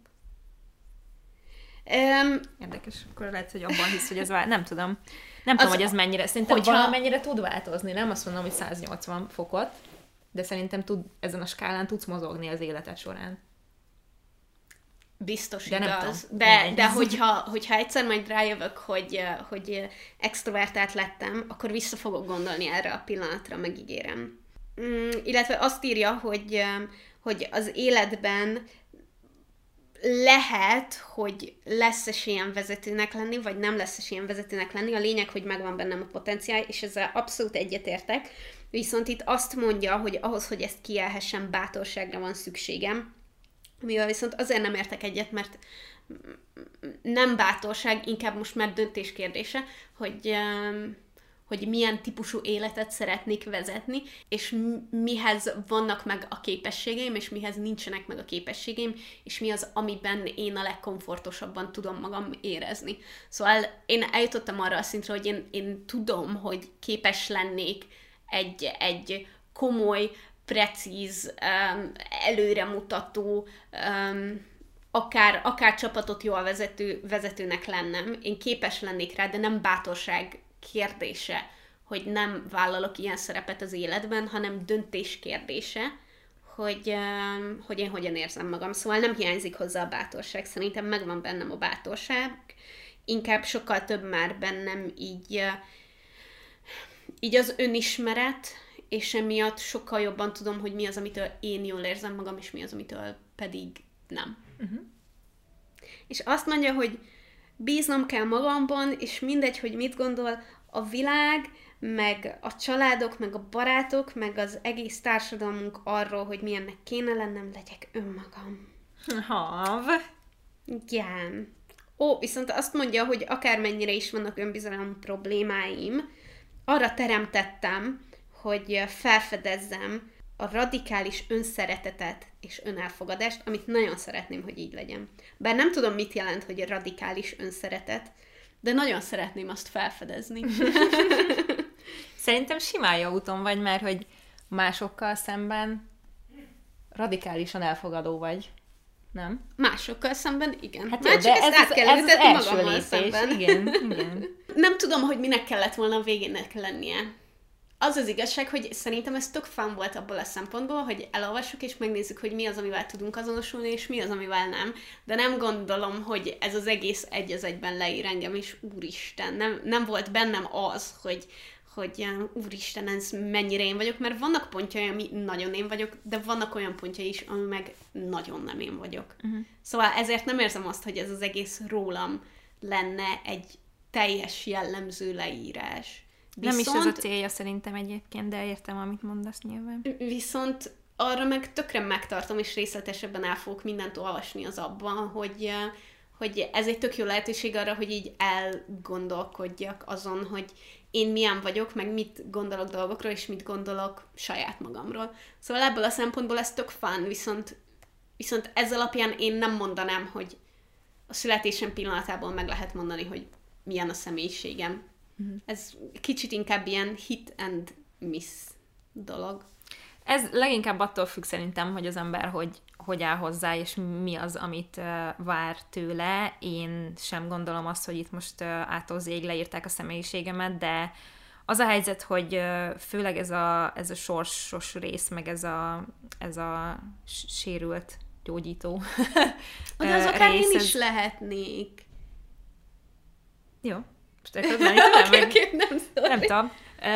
Érdekes, akkor lehet, hogy abban hisz, hogy ez nem tudom. Nem tudom, hogy ez mennyire, szerintem valamennyire tud változni, nem azt mondom, hogy 180 fokot, de szerintem ezen a skálán tudsz mozogni az életed során. Biztos de igaz. De hogyha egyszer majd rájövök, hogy extrovertált lettem, akkor vissza fogok gondolni erre a pillanatra, megígérem. Illetve azt írja, hogy az életben lehet, hogy lesz esélyen vezetőnek lenni, vagy nem lesz esélyen vezetőnek lenni. A lényeg, hogy megvan bennem a potenciál, és ezzel abszolút egyetértek. Viszont itt azt mondja, hogy ahhoz, hogy ezt kijelhessem, bátorságra van szükségem. Mivel viszont azért nem értek egyet, mert nem bátorság, inkább most már döntés kérdése, hogy milyen típusú életet szeretnék vezetni, és mihez vannak meg a képességeim, és mihez nincsenek meg a képességeim, és mi az, amiben én a legkomfortosabban tudom magam érezni. Szóval én eljutottam arra a szintre, hogy én tudom, hogy képes lennék egy komoly, precíz, előremutató, akár csapatot jól vezetőnek lennem. Én képes lennék rá, de nem bátorság kérdése, hogy nem vállalok ilyen szerepet az életben, hanem döntés kérdése, hogy én hogyan érzem magam. Szóval nem hiányzik hozzá a bátorság. Szerintem megvan bennem a bátorság. Inkább sokkal több már bennem így az önismeret, és emiatt sokkal jobban tudom, hogy mi az, amitől én jól érzem magam, és mi az, amitől pedig nem. És azt mondja, hogy bíznom kell magamban, és mindegy, hogy mit gondol a világ, meg a családok, meg a barátok, meg az egész társadalmunk arról, hogy milyennek kéne lennem, legyek önmagam. Hav. Igen. Viszont azt mondja, hogy akármennyire is vannak önbizalom problémáim, arra teremtettem, hogy felfedezzem a radikális önszeretetet és önelfogadást, amit nagyon szeretném, hogy így legyen. Bár nem tudom, mit jelent, hogy a radikális önszeretet, de nagyon szeretném azt felfedezni. Szerintem simán jó úton vagy, mert hogy másokkal szemben radikálisan elfogadó vagy. Nem? Másokkal szemben, igen. Hát már jó, csak de ezt át kell ültetni magammal lépés. szemben. Igen. Nem tudom, hogy minek kellett volna a végének lennie. Az az igazság, hogy szerintem ez tök fun volt abból a szempontból, hogy elolvassuk és megnézzük, hogy mi az, amivel tudunk azonosulni, és mi az, amivel nem. De nem gondolom, hogy ez az egész egy az egyben leír engem, és úristen, nem volt bennem az, hogy úristen, ez mennyire én vagyok, mert vannak pontjai, ami nagyon én vagyok, de vannak olyan pontjai is, ami meg nagyon nem én vagyok. Szóval ezért nem érzem azt, hogy ez az egész rólam lenne egy teljes jellemző leírás. Nem is ez a célja szerintem egyébként, de értem, amit mondasz nyilván. Viszont arra meg tökre megtartom, és részletesebben el fogok mindent olvasni az abban, hogy ez egy tök jó lehetőség arra, hogy így elgondolkodjak azon, hogy én milyen vagyok, meg mit gondolok dolgokról, és mit gondolok saját magamról. Szóval ebből a szempontból ez tök fun, viszont ez alapján én nem mondanám, hogy a születésem pillanatából meg lehet mondani, hogy milyen a személyiségem. Ez kicsit inkább ilyen hit and miss dolog. Ez leginkább attól függ szerintem, hogy az ember hogy áll hozzá, és mi az, amit vár tőle. Én sem gondolom azt, hogy itt most ától zég leírták a személyiségemet, de az a helyzet, hogy főleg ez a sorsos rész, meg ez a sérült gyógyító de az akár én is lehetnék. Jó. Most akarod lenni tőlem? Nem tudom.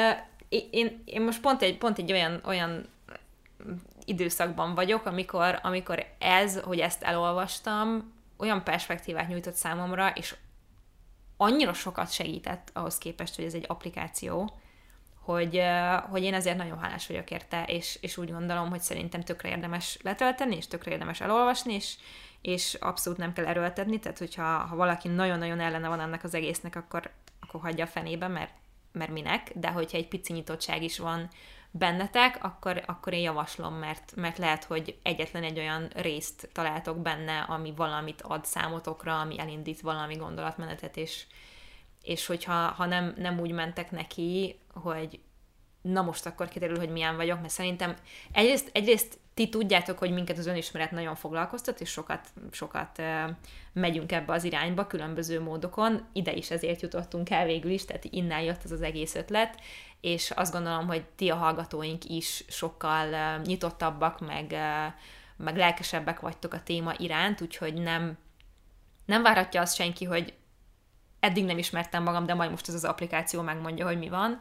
Én most pont egy olyan időszakban vagyok, amikor hogy ezt elolvastam, olyan perspektívát nyújtott számomra, és annyira sokat segített ahhoz képest, hogy ez egy applikáció, hogy én ezért nagyon hálás vagyok érte, és úgy gondolom, hogy szerintem tökre érdemes letölteni, és tökre érdemes elolvasni, és abszolút nem kell erőltetni, tehát hogyha valaki nagyon-nagyon ellene van ennek az egésznek, akkor hagyja a fenébe, mert minek, de hogyha egy pici nyitottság is van bennetek, akkor én javaslom, mert lehet, hogy egyetlen egy olyan részt találtok benne, ami valamit ad számotokra, ami elindít valami gondolatmenetet, és hogyha nem úgy mentek neki, hogy na most akkor kiderül, hogy milyen vagyok, mert szerintem egyrészt ti tudjátok, hogy minket az önismeret nagyon foglalkoztat, és sokat megyünk ebbe az irányba különböző módokon. Ide is ezért jutottunk el végül is, tehát innen jött az egész ötlet, és azt gondolom, hogy ti a hallgatóink is sokkal nyitottabbak, meg lelkesebbek vagytok a téma iránt, úgyhogy nem várhatja azt senki, hogy eddig nem ismertem magam, de majd most ez az applikáció megmondja, hogy mi van,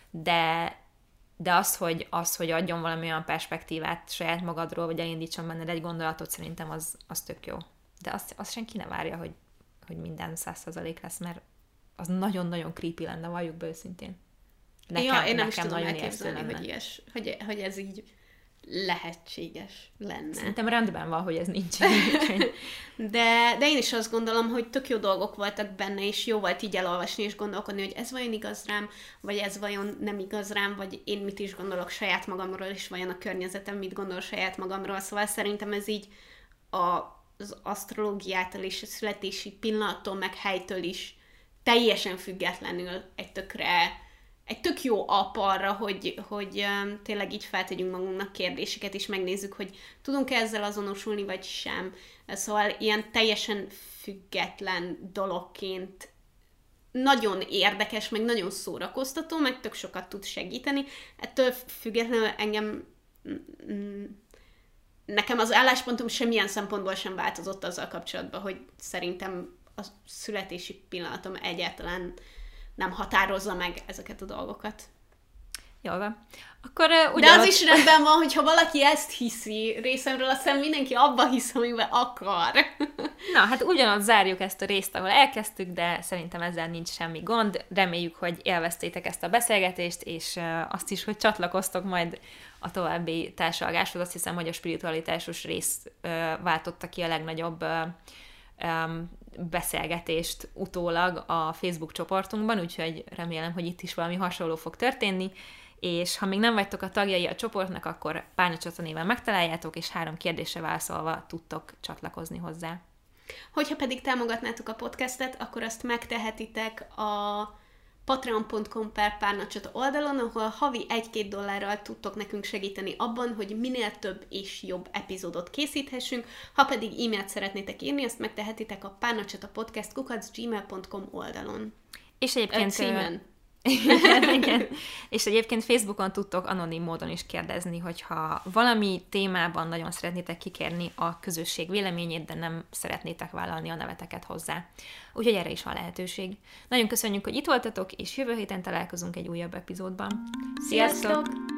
de az, hogy adjon valami olyan perspektívát saját magadról, vagy elindítson benned egy gondolatot, szerintem az tök jó. De azt senki ne várja, hogy minden 100% lesz, mert az nagyon-nagyon creepy lenne, valljuk be őszintén. Én nem is tudom elképzelni, hogy ez így lehetséges lenne. Szerintem rendben van, hogy ez nincs. De én is azt gondolom, hogy tök jó dolgok voltak benne, és jó volt így elolvasni, és gondolkodni, hogy ez vajon igaz rám, vagy ez vajon nem igaz rám, vagy én mit is gondolok saját magamról, és vajon a környezetem mit gondol saját magamról. Szóval szerintem ez így az asztrológiától és a születési pillanattól, meg helytől is teljesen függetlenül egy tök jó app arra, hogy tényleg így feltegyünk magunknak kérdéseket, és megnézzük, hogy tudunk-e ezzel azonosulni, vagy sem. Szóval ilyen teljesen független dologként nagyon érdekes, meg nagyon szórakoztató, meg tök sokat tud segíteni. Ettől függetlenül nekem az álláspontom semmilyen szempontból sem változott azzal kapcsolatban, hogy szerintem a születési pillanatom egyáltalán nem határozza meg ezeket a dolgokat. Jól van. Akkor, de az is rendben van, hogyha valaki ezt hiszi részemről, aztán mindenki abba hisz, amiben akar. Na, hát ugyanott zárjuk ezt a részt, ahol elkezdtük, de szerintem ezzel nincs semmi gond. Reméljük, hogy élveztétek ezt a beszélgetést, és azt is, hogy csatlakoztok majd a további társalgáshoz. Azt hiszem, hogy a spiritualitásos rész váltotta ki a legnagyobb beszélgetést utólag a Facebook csoportunkban, úgyhogy remélem, hogy itt is valami hasonló fog történni, és ha még nem vagytok a tagjai a csoportnak, akkor Párnacsata néven megtaláljátok, és 3 kérdésre válaszolva tudtok csatlakozni hozzá. Hogyha pedig támogatnátok a podcastet, akkor azt megtehetitek a patreon.com/párnacsata oldalon, ahol havi $1-2 tudtok nekünk segíteni abban, hogy minél több és jobb epizódot készíthessünk. Ha pedig e-mailt szeretnétek írni, azt megtehetitek a párnacsatapodcast@gmail.com oldalon. És egyébként címen. Igen. És egyébként Facebookon tudtok anonim módon is kérdezni, hogyha valami témában nagyon szeretnétek kikérni a közösség véleményét, de nem szeretnétek vállalni a neveteket hozzá. Úgyhogy erre is van lehetőség. Nagyon köszönjük, hogy itt voltatok, és jövő héten találkozunk egy újabb epizódban. Sziasztok!